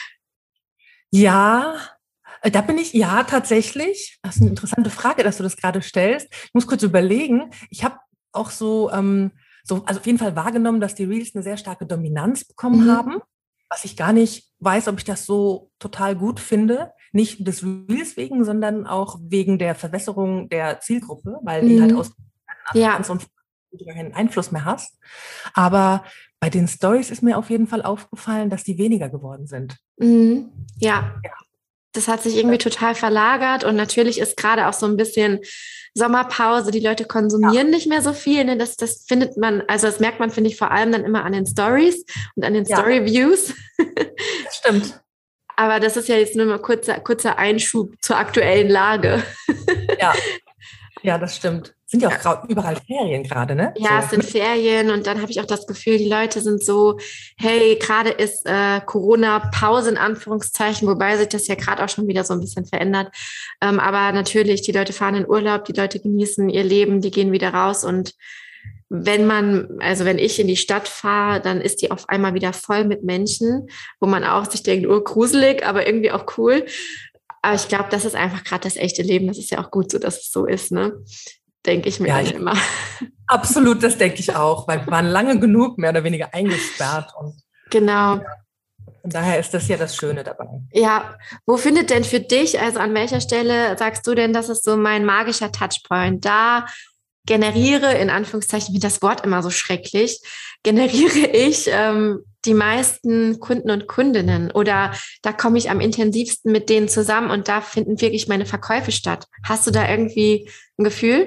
Speaker 2: Ja, da bin ich, ja, tatsächlich. Das ist eine interessante Frage, dass du das gerade stellst. Ich muss kurz überlegen. Ich habe auch so, ähm, so, also auf jeden Fall wahrgenommen, dass die Reels eine sehr starke Dominanz bekommen mhm. haben, was ich gar nicht weiß, ob ich das so total gut finde. Nicht des Reels wegen, sondern auch wegen der Verwässerung der Zielgruppe, weil mhm. die halt aus
Speaker 1: ja.
Speaker 2: und du keinen Einfluss mehr hast. Aber bei den Stories ist mir auf jeden Fall aufgefallen, dass die weniger geworden sind.
Speaker 1: Mhm. Ja. ja, das hat sich irgendwie total verlagert und natürlich ist gerade auch so ein bisschen Sommerpause, die Leute konsumieren ja. nicht mehr so viel. Ne? Das, das findet man, also das merkt man, finde ich, vor allem dann immer an den Stories und an den ja. Story-Views.
Speaker 2: Das stimmt.
Speaker 1: Aber das ist ja jetzt nur mal kurzer, kurzer Einschub zur aktuellen Lage.
Speaker 2: Ja, ja, das stimmt. Sind ja auch ja. überall Ferien gerade, ne?
Speaker 1: Ja,
Speaker 2: so.
Speaker 1: Es sind Ferien und dann habe ich auch das Gefühl, die Leute sind so, hey, gerade ist äh, Corona-Pause in Anführungszeichen, wobei sich das ja gerade auch schon wieder so ein bisschen verändert. Ähm, aber natürlich, die Leute fahren in Urlaub, die Leute genießen ihr Leben, die gehen wieder raus und wenn man, also wenn ich in die Stadt fahre, dann ist die auf einmal wieder voll mit Menschen, wo man auch sich denkt, oh, gruselig, aber irgendwie auch cool. Aber ich glaube, das ist einfach gerade das echte Leben. Das ist ja auch gut so, dass es so ist, ne? Denke ich mir ja, dann immer.
Speaker 2: Absolut, das denke ich auch, weil wir waren lange genug mehr oder weniger eingesperrt. Und
Speaker 1: genau.
Speaker 2: Von daher ist das ja das Schöne dabei.
Speaker 1: Ja, wo findet denn für dich, also an welcher Stelle sagst du denn, das ist so mein magischer Touchpoint? Da generiere, in Anführungszeichen, ich finde das Wort immer so schrecklich, generiere ich ähm, die meisten Kunden und Kundinnen oder da komme ich am intensivsten mit denen zusammen und da finden wirklich meine Verkäufe statt. Hast du da irgendwie ein Gefühl?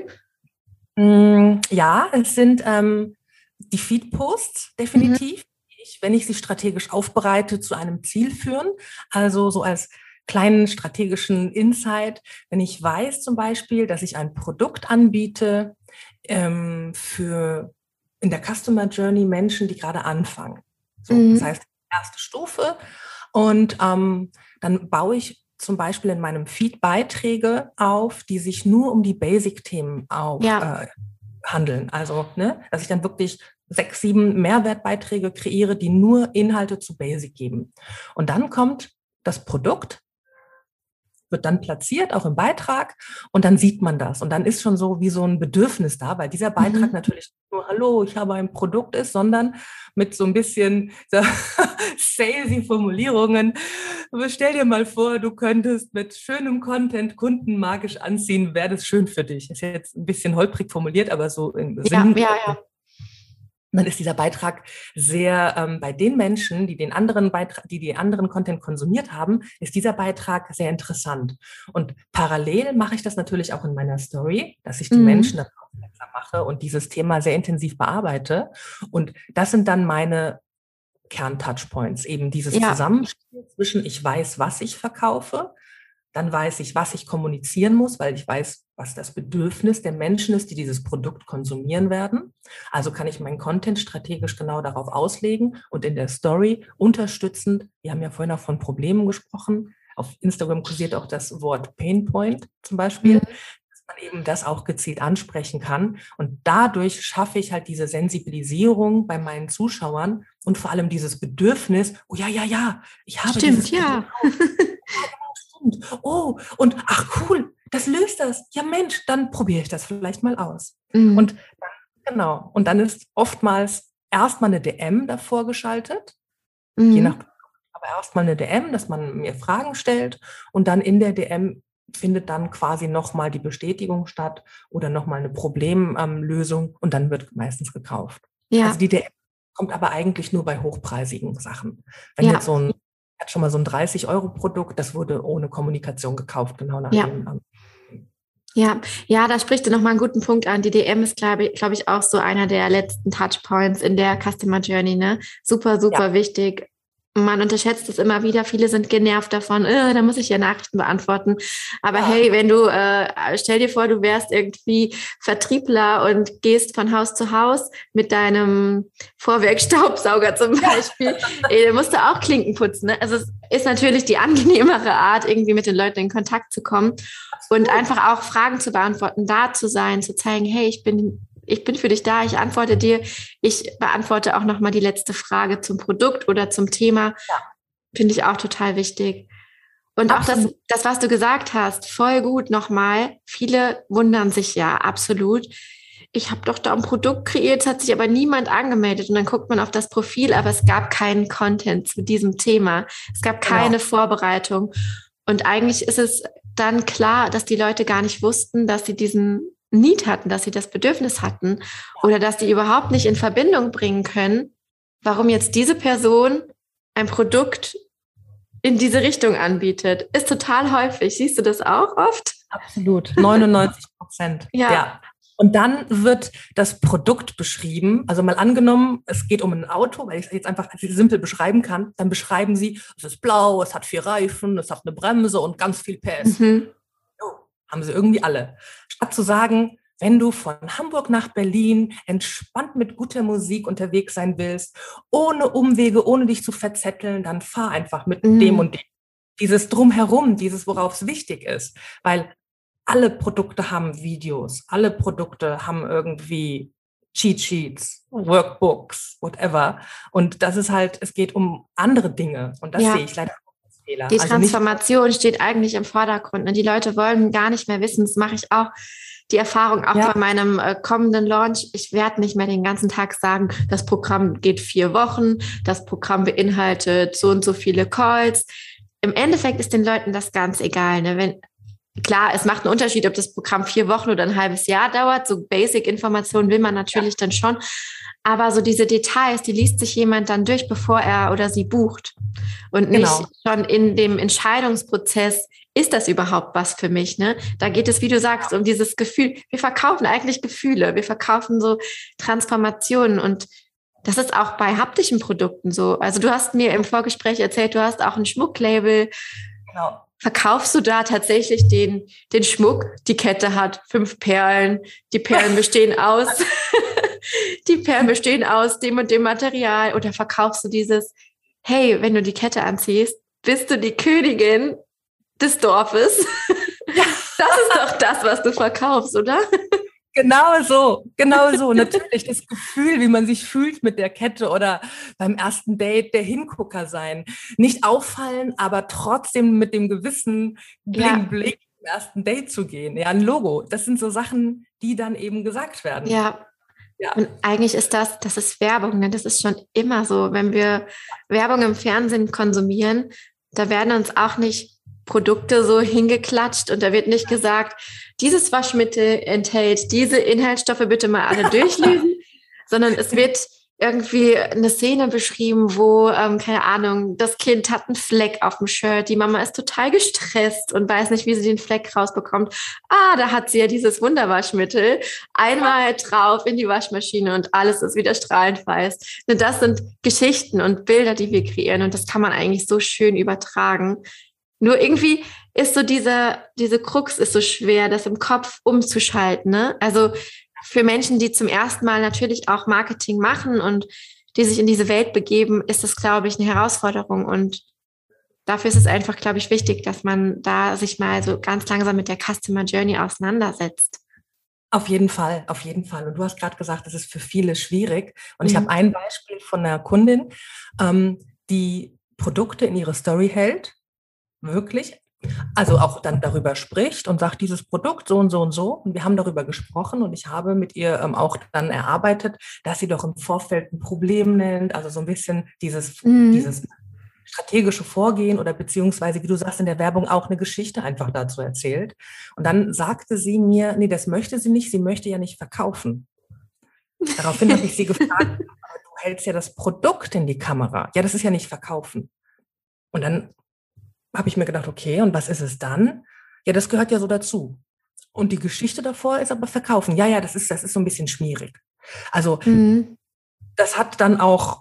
Speaker 2: Ja, es sind ähm, die Feed-Posts definitiv, mhm. die ich, wenn ich sie strategisch aufbereite, zu einem Ziel führen. Also so als kleinen strategischen Insight, wenn ich weiß zum Beispiel, dass ich ein Produkt anbiete ähm, für in der Customer Journey Menschen, die gerade anfangen. So, mhm. Das heißt, erste Stufe. Und ähm, dann baue ich zum Beispiel in meinem Feed Beiträge auf, die sich nur um die Basic-Themen auch ja. äh, handeln. Also, ne, dass ich dann wirklich sechs, sieben Mehrwertbeiträge kreiere, die nur Inhalte zu Basic geben. Und dann kommt das Produkt, wird dann platziert, auch im Beitrag, und dann sieht man das. Und dann ist schon so wie so ein Bedürfnis da, weil dieser Beitrag mhm. natürlich nicht nur, hallo, ich habe ein Produkt ist, sondern mit so ein bisschen so salesy Formulierungen. Aber stell dir mal vor, du könntest mit schönem Content Kunden magisch anziehen, wäre das schön für dich. Ist jetzt ein bisschen holprig formuliert, aber so im
Speaker 1: ja,
Speaker 2: Sinn.
Speaker 1: Ja, ja.
Speaker 2: Dann ist dieser Beitrag sehr, ähm, bei den Menschen, die den anderen Beitrag, die den anderen Content konsumiert haben, ist dieser Beitrag sehr interessant. Und parallel mache ich das natürlich auch in meiner Story, dass ich die mhm. Menschen darauf aufmerksam mache und dieses Thema sehr intensiv bearbeite. Und das sind dann meine Kern-Touchpoints, eben dieses ja. Zusammenspiel zwischen ich weiß, was ich verkaufe, dann weiß ich, was ich kommunizieren muss, weil ich weiß, was das Bedürfnis der Menschen ist, die dieses Produkt konsumieren werden. Also kann ich meinen Content strategisch genau darauf auslegen und in der Story unterstützend, wir haben ja vorhin auch von Problemen gesprochen, auf Instagram kursiert auch das Wort Painpoint zum Beispiel, mhm. dass man eben das auch gezielt ansprechen kann. Und dadurch schaffe ich halt diese Sensibilisierung bei meinen Zuschauern und vor allem dieses Bedürfnis, oh ja, ja, ja, ich habe
Speaker 1: Stimmt,
Speaker 2: dieses
Speaker 1: ja.
Speaker 2: Oh, und ach cool, das löst das. Ja Mensch, dann probiere ich das vielleicht mal aus.
Speaker 1: Mhm.
Speaker 2: Und dann, genau, und dann ist oftmals erstmal eine D M davor geschaltet, mhm. je nach, aber erstmal eine D M, dass man mir Fragen stellt und dann in der D M findet dann quasi nochmal die Bestätigung statt oder nochmal eine Problemlösung und dann wird meistens gekauft.
Speaker 1: Ja.
Speaker 2: Also die D M kommt aber eigentlich nur bei hochpreisigen Sachen. Wenn
Speaker 1: ja.
Speaker 2: jetzt so ein hat schon mal so ein dreißig-Euro-Produkt, das wurde ohne Kommunikation gekauft, genau nach
Speaker 1: ja.
Speaker 2: dem.
Speaker 1: Ja, ja, da spricht du nochmal einen guten Punkt an. Die D M ist, glaube ich, glaub ich, auch so einer der letzten Touchpoints in der Customer Journey, ne? Super, super ja. wichtig. man unterschätzt es immer wieder. Viele sind genervt davon, äh, da muss ich ja Nachrichten beantworten. Aber ja. hey, wenn du, äh, stell dir vor, du wärst irgendwie Vertriebler und gehst von Haus zu Haus mit deinem Vorwerkstaubsauger zum Beispiel. Ey, da musst du auch Klinken putzen. Ne? Also es ist natürlich die angenehmere Art, irgendwie mit den Leuten in Kontakt zu kommen und einfach auch Fragen zu beantworten, da zu sein, zu zeigen, hey, ich bin Ich bin für dich da, ich antworte dir. Ich beantworte auch nochmal die letzte Frage zum Produkt oder zum Thema. Ja. Finde ich auch total wichtig. Und absolut. auch das, das, was du gesagt hast, voll gut nochmal. Viele wundern sich ja absolut. Ich habe doch da ein Produkt kreiert, hat sich aber niemand angemeldet. Und dann guckt man auf das Profil, aber es gab keinen Content zu diesem Thema. Es gab keine genau. Vorbereitung. Und eigentlich ist es dann klar, dass die Leute gar nicht wussten, dass sie diesen Need hatten, dass sie das Bedürfnis hatten oder dass die überhaupt nicht in Verbindung bringen können, warum jetzt diese Person ein Produkt in diese Richtung anbietet. Ist total häufig. Siehst du das auch oft?
Speaker 2: Absolut. neunundneunzig Prozent.
Speaker 1: ja.
Speaker 2: ja. Und dann wird das Produkt beschrieben. Also mal angenommen, es geht um ein Auto, weil ich es jetzt einfach simpel beschreiben kann. Dann beschreiben sie, es ist blau, es hat vier Reifen, es hat eine Bremse und ganz viel P S. Mhm. Haben sie irgendwie alle. Statt zu sagen, wenn du von Hamburg nach Berlin entspannt mit guter Musik unterwegs sein willst, ohne Umwege, ohne dich zu verzetteln, dann fahr einfach mit mm. dem und dem. Dieses Drumherum, dieses, worauf es wichtig ist. Weil alle Produkte haben Videos, alle Produkte haben irgendwie Cheat Sheets, Workbooks, whatever. Und das ist halt, es geht um andere Dinge. Und das ja. sehe ich leider.
Speaker 1: Die Transformation also steht eigentlich im Vordergrund. Ne? Die Leute wollen gar nicht mehr wissen, das mache ich auch, die Erfahrung auch ja. bei meinem äh, kommenden Launch. Ich werde nicht mehr den ganzen Tag sagen, das Programm geht vier Wochen, das Programm beinhaltet so und so viele Calls. Im Endeffekt ist den Leuten das ganz egal. Ne? Wenn, klar, es macht einen Unterschied, ob das Programm vier Wochen oder ein halbes Jahr dauert. So Basic-Informationen will man natürlich ja. dann schon. Aber so diese Details, die liest sich jemand dann durch, bevor er oder sie bucht. Und nicht genau. schon in dem Entscheidungsprozess, ist das überhaupt was für mich? Ne? Da geht es, wie du sagst, um dieses Gefühl. Wir verkaufen eigentlich Gefühle. Wir verkaufen so Transformationen. Und das ist auch bei haptischen Produkten so. Also du hast mir im Vorgespräch erzählt, du hast auch ein Schmucklabel. Genau. Verkaufst du da tatsächlich den, den Schmuck? Die Kette hat fünf Perlen. Die Perlen bestehen aus... Die Perlen bestehen aus dem und dem Material. Oder verkaufst du dieses, hey, wenn du die Kette anziehst, bist du die Königin des Dorfes. Ja. Das ist doch das, was du verkaufst, oder?
Speaker 2: Genau so, genau so. Natürlich das Gefühl, wie man sich fühlt mit der Kette oder beim ersten Date der Hingucker sein. Nicht auffallen, aber trotzdem mit dem gewissen Bling-Bling ja. im ersten Date zu gehen. Ja, ein Logo. Das sind so Sachen, die dann eben gesagt werden.
Speaker 1: Ja. Ja. Und eigentlich ist das, das ist Werbung, ne? Das ist schon immer so. Wenn wir Werbung im Fernsehen konsumieren, da werden uns auch nicht Produkte so hingeklatscht und da wird nicht gesagt, dieses Waschmittel enthält diese Inhaltsstoffe, bitte mal alle durchlesen, sondern es wird irgendwie eine Szene beschrieben, wo, ähm, keine Ahnung, das Kind hat einen Fleck auf dem Shirt, die Mama ist total gestresst und weiß nicht, wie sie den Fleck rausbekommt. Ah, da hat sie ja dieses Wunderwaschmittel, einmal drauf in die Waschmaschine und alles ist wieder strahlend weiß. Und das sind Geschichten und Bilder, die wir kreieren und das kann man eigentlich so schön übertragen. Nur irgendwie ist so diese, diese Krux ist so schwer, das im Kopf umzuschalten, ne? Also für Menschen, die zum ersten Mal natürlich auch Marketing machen und die sich in diese Welt begeben, ist das, glaube ich, eine Herausforderung. Und dafür ist es einfach, glaube ich, wichtig, dass man da sich mal so ganz langsam mit der Customer Journey auseinandersetzt.
Speaker 2: Auf jeden Fall, auf jeden Fall. Und du hast gerade gesagt, das ist für viele schwierig. Und mhm. ich habe ein Beispiel von einer Kundin, ähm, die Produkte in ihre Story hält, wirklich. Also auch dann darüber spricht und sagt, dieses Produkt so und so und so. Und wir haben darüber gesprochen und ich habe mit ihr ähm, auch dann erarbeitet, dass sie doch im Vorfeld ein Problem nennt, also so ein bisschen dieses, mhm. dieses strategische Vorgehen oder beziehungsweise, wie du sagst, in der Werbung auch eine Geschichte einfach dazu erzählt. Und dann sagte sie mir, nee, das möchte sie nicht, sie möchte ja nicht verkaufen. Daraufhin habe ich sie gefragt, aber du hältst ja das Produkt in die Kamera. Ja, das ist ja nicht verkaufen. Und dann habe ich mir gedacht, okay, und was ist es dann? Ja, das gehört ja so dazu. Und die Geschichte davor ist aber verkaufen. Ja, ja, das ist, das ist so ein bisschen schmierig. Also mhm. das hat dann auch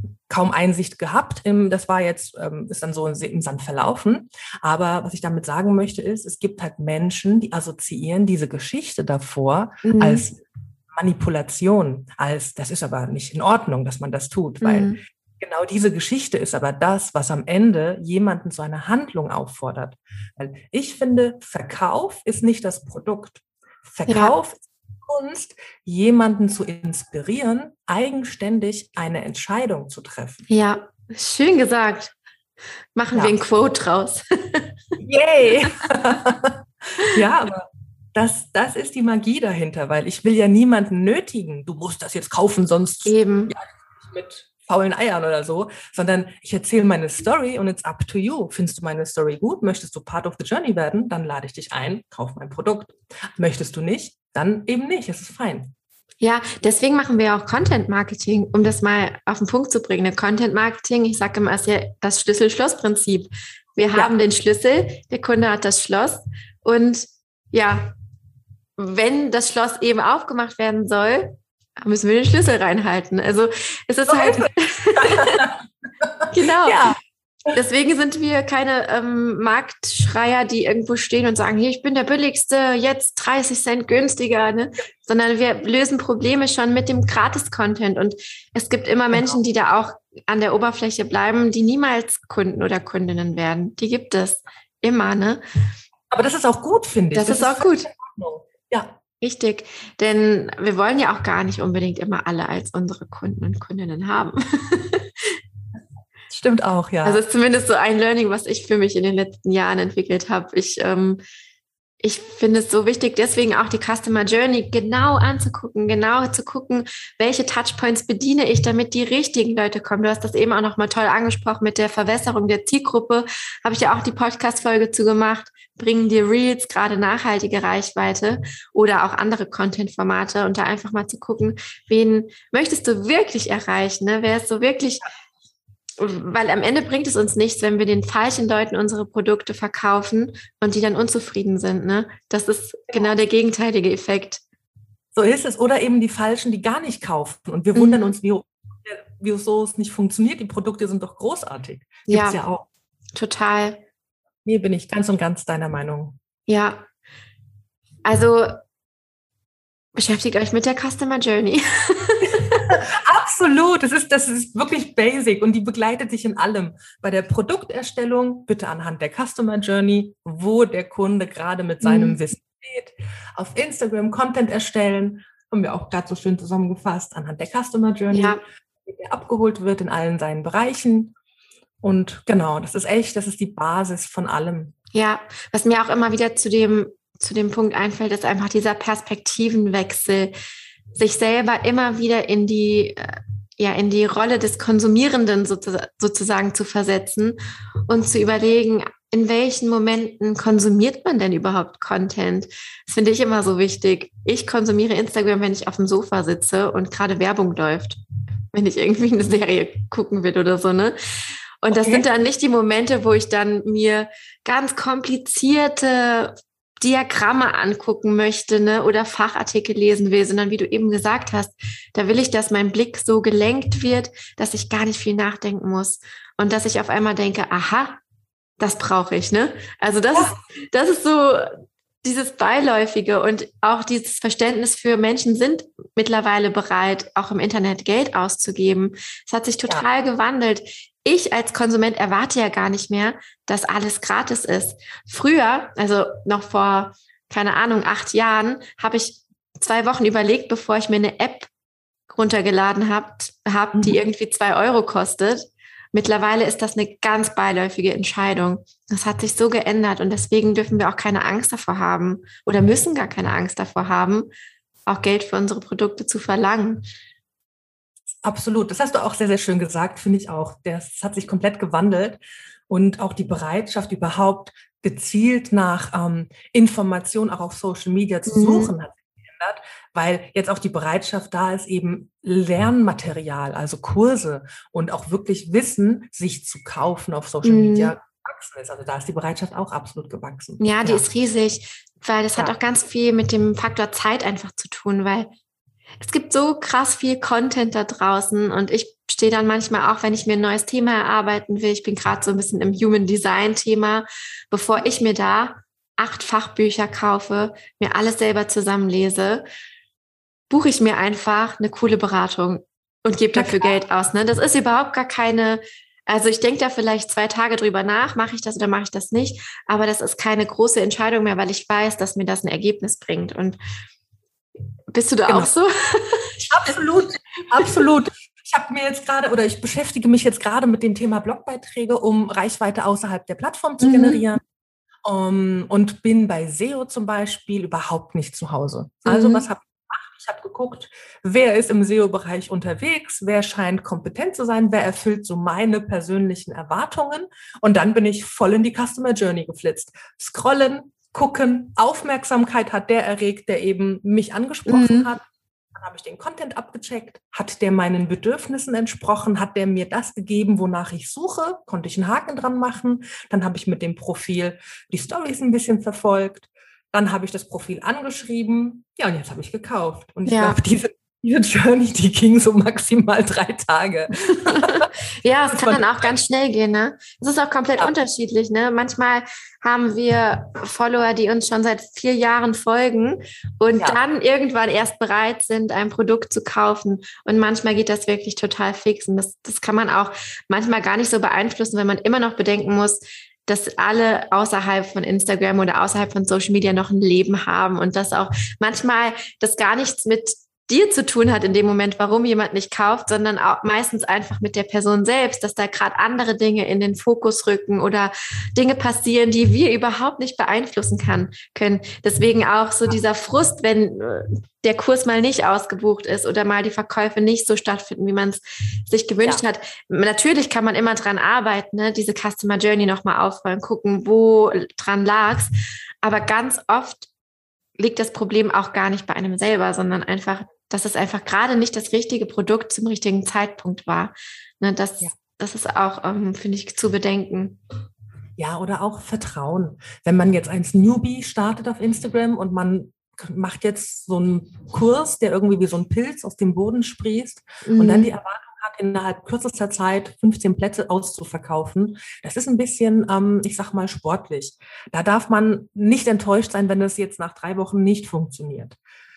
Speaker 2: kaum Einsicht gehabt. Im, das war jetzt, ähm, ist dann so im Sand verlaufen. Aber was ich damit sagen möchte, ist, es gibt halt Menschen, die assoziieren diese Geschichte davor
Speaker 1: Mhm.
Speaker 2: als Manipulation, als das ist aber nicht in Ordnung, dass man das tut, weil
Speaker 1: Mhm.
Speaker 2: genau diese Geschichte ist aber das, was am Ende jemanden zu einer Handlung auffordert. Weil ich finde, Verkauf ist nicht das Produkt. Verkauf
Speaker 1: Ja.
Speaker 2: ist Kunst, jemanden zu inspirieren, eigenständig eine Entscheidung zu treffen.
Speaker 1: Ja, schön gesagt. Machen
Speaker 2: Ja.
Speaker 1: wir ein Quote draus.
Speaker 2: Yay! Ja, aber das, das ist die Magie dahinter, weil ich will ja niemanden nötigen, du musst das jetzt kaufen, sonst
Speaker 1: Eben.
Speaker 2: ja, mit faulen Eiern oder so, sondern ich erzähle meine Story und it's up to you. Findest du meine Story gut? Möchtest du part of the journey werden? Dann lade ich dich ein, kauf mein Produkt. Möchtest du nicht? Dann eben nicht, es ist fein.
Speaker 1: Ja, deswegen machen wir auch Content Marketing, um das mal auf den Punkt zu bringen. Content Marketing, ich sage immer, ist ja das Schlüssel-Schloss-Prinzip. Wir haben ja den Schlüssel, der Kunde hat das Schloss und ja, wenn das Schloss eben aufgemacht werden soll, müssen wir den Schlüssel reinhalten. Also es ist halt genau. Ja. Deswegen sind wir keine ähm, Marktschreier, die irgendwo stehen und sagen, hier, ich bin der Billigste, jetzt dreißig Cent günstiger, ne? Sondern wir lösen Probleme schon mit dem Gratis-Content. Und es gibt immer genau. Menschen, die da auch an der Oberfläche bleiben, die niemals Kunden oder Kundinnen werden. Die gibt es immer, ne?
Speaker 2: Aber das ist auch gut, finde ich.
Speaker 1: Das, das ist, ist auch gut.
Speaker 2: Ja.
Speaker 1: Richtig, denn wir wollen ja auch gar nicht unbedingt immer alle als unsere Kunden und Kundinnen haben.
Speaker 2: Stimmt auch, ja.
Speaker 1: Also ist zumindest so ein Learning, was ich für mich in den letzten Jahren entwickelt habe. Ich, ähm, ich finde es so wichtig, deswegen auch die Customer Journey genau anzugucken, genau zu gucken, welche Touchpoints bediene ich, damit die richtigen Leute kommen. Du hast das eben auch nochmal toll angesprochen mit der Verwässerung der Zielgruppe. Habe ich ja auch die Podcast-Folge zu gemacht. Bringen dir Reels, gerade nachhaltige Reichweite oder auch andere Content-Formate und da einfach mal zu gucken, wen möchtest du wirklich erreichen, ne? Wer ist so wirklich, weil am Ende bringt es uns nichts, wenn wir den falschen Leuten unsere Produkte verkaufen und die dann unzufrieden sind, ne? Das ist genau der gegenteilige Effekt.
Speaker 2: So ist es. Oder eben die Falschen, die gar nicht kaufen und wir mhm. wundern uns, wie, wie so es nicht funktioniert. Die Produkte sind doch großartig. Gibt's
Speaker 1: ja,
Speaker 2: ja auch.
Speaker 1: Total.
Speaker 2: Hier bin ich ganz und ganz deiner Meinung.
Speaker 1: Ja, also beschäftigt euch mit der Customer Journey.
Speaker 2: Absolut, das ist, das ist wirklich basic und die begleitet dich in allem. Bei der Produkterstellung bitte anhand der Customer Journey, wo der Kunde gerade mit seinem mhm. Wissen steht. Auf Instagram Content erstellen, haben wir auch gerade so schön zusammengefasst, anhand der Customer Journey,
Speaker 1: ja.
Speaker 2: der abgeholt wird in allen seinen Bereichen. Und genau, das ist echt, das ist die Basis von allem.
Speaker 1: Ja, was mir auch immer wieder zu dem, zu dem Punkt einfällt, ist einfach dieser Perspektivenwechsel, sich selber immer wieder in die, ja, in die Rolle des Konsumierenden sozusagen zu versetzen und zu überlegen, in welchen Momenten konsumiert man denn überhaupt Content? Das finde ich immer so wichtig. Ich konsumiere Instagram, wenn ich auf dem Sofa sitze und gerade Werbung läuft, wenn ich irgendwie eine Serie gucken will oder so, ne? Und das okay. sind dann nicht die Momente, wo ich dann mir ganz komplizierte Diagramme angucken möchte, ne, oder Fachartikel lesen will, sondern wie du eben gesagt hast, da will ich, dass mein Blick so gelenkt wird, dass ich gar nicht viel nachdenken muss und dass ich auf einmal denke, aha, das brauche ich, ne? Also das, ja. ist, das ist so dieses Beiläufige und auch dieses Verständnis für Menschen sind mittlerweile bereit, auch im Internet Geld auszugeben. Es hat sich total ja. gewandelt. Ich als Konsument erwarte ja gar nicht mehr, dass alles gratis ist. Früher, also noch vor, keine Ahnung, acht Jahren, habe ich zwei Wochen überlegt, bevor ich mir eine App runtergeladen habe, hab, die irgendwie zwei Euro kostet. Mittlerweile ist das eine ganz beiläufige Entscheidung. Das hat sich so geändert und deswegen dürfen wir auch keine Angst davor haben oder müssen gar keine Angst davor haben, auch Geld für unsere Produkte zu verlangen.
Speaker 2: Absolut, das hast du auch sehr, sehr schön gesagt, finde ich auch. Das hat sich komplett gewandelt und auch die Bereitschaft überhaupt gezielt nach ähm, Informationen auch auf Social Media zu suchen mhm. hat sich geändert, weil jetzt auch die Bereitschaft da ist, eben Lernmaterial, also Kurse und auch wirklich Wissen sich zu kaufen auf Social mhm. Media gewachsen ist. Also da ist die Bereitschaft auch absolut gewachsen.
Speaker 1: Ja, die ja. ist riesig, weil das ja. hat auch ganz viel mit dem Faktor Zeit einfach zu tun, weil es gibt so krass viel Content da draußen und ich stehe dann manchmal auch, wenn ich mir ein neues Thema erarbeiten will, ich bin gerade so ein bisschen im Human Design Thema, bevor ich mir da acht Fachbücher kaufe, mir alles selber zusammenlese, buche ich mir einfach eine coole Beratung und gebe dafür Geld aus. Ne? Das ist überhaupt gar keine, also ich denke da vielleicht zwei Tage drüber nach, mache ich das oder mache ich das nicht, aber das ist keine große Entscheidung mehr, weil ich weiß, dass mir das ein Ergebnis bringt. Und bist du da genau. auch so?
Speaker 2: Absolut, absolut. Ich habe mir jetzt gerade oder ich beschäftige mich jetzt gerade mit dem Thema Blogbeiträge, um Reichweite außerhalb der Plattform zu mhm. generieren. Um, und bin bei S E O zum Beispiel überhaupt nicht zu Hause. Also mhm. was habe ich gemacht? Ich habe geguckt, wer ist im S E O-Bereich unterwegs, wer scheint kompetent zu sein, wer erfüllt so meine persönlichen Erwartungen. Und dann bin ich voll in die Customer Journey geflitzt. Scrollen, gucken, Aufmerksamkeit hat der erregt, der eben mich angesprochen mhm. hat. Dann habe ich den Content abgecheckt. Hat der meinen Bedürfnissen entsprochen? Hat der mir das gegeben, wonach ich suche? Konnte ich einen Haken dran machen? Dann habe ich mit dem Profil die Storys ein bisschen verfolgt. Dann habe ich das Profil angeschrieben. Ja, und jetzt habe ich gekauft. Und ich ja. glaube, diese, diese Journey, die ging so maximal drei Tage.
Speaker 1: Ja, es kann dann auch ganz schnell gehen, ne? Es ist auch komplett ja. unterschiedlich, ne? Manchmal haben wir Follower, die uns schon seit vier Jahren folgen und ja. dann irgendwann erst bereit sind, ein Produkt zu kaufen. Und manchmal geht das wirklich total fix. Und das, das kann man auch manchmal gar nicht so beeinflussen, wenn man immer noch bedenken muss, dass alle außerhalb von Instagram oder außerhalb von Social Media noch ein Leben haben und dass auch manchmal das gar nichts mit dir zu tun hat in dem Moment, warum jemand nicht kauft, sondern auch meistens einfach mit der Person selbst, dass da gerade andere Dinge in den Fokus rücken oder Dinge passieren, die wir überhaupt nicht beeinflussen kann, können. Deswegen auch so dieser Frust, wenn der Kurs mal nicht ausgebucht ist oder mal die Verkäufe nicht so stattfinden, wie man es sich gewünscht ja. hat. Natürlich kann man immer dran arbeiten, ne? Diese Customer Journey nochmal aufrollen, gucken, wo dran lag's. Aber ganz oft liegt das Problem auch gar nicht bei einem selber, sondern einfach, dass es einfach gerade nicht das richtige Produkt zum richtigen Zeitpunkt war. Ne, das, ja. das ist auch, ähm, finde ich, zu bedenken.
Speaker 2: Ja, oder auch Vertrauen. Wenn man jetzt als Newbie startet auf Instagram und man macht jetzt so einen Kurs, der irgendwie wie so ein Pilz aus dem Boden sprießt mhm. und dann die Erwartung hat, innerhalb kürzester Zeit fünfzehn Plätze auszuverkaufen. Das ist ein bisschen, ähm, ich sag mal, sportlich. Da darf man nicht enttäuscht sein, wenn das jetzt nach drei Wochen nicht funktioniert.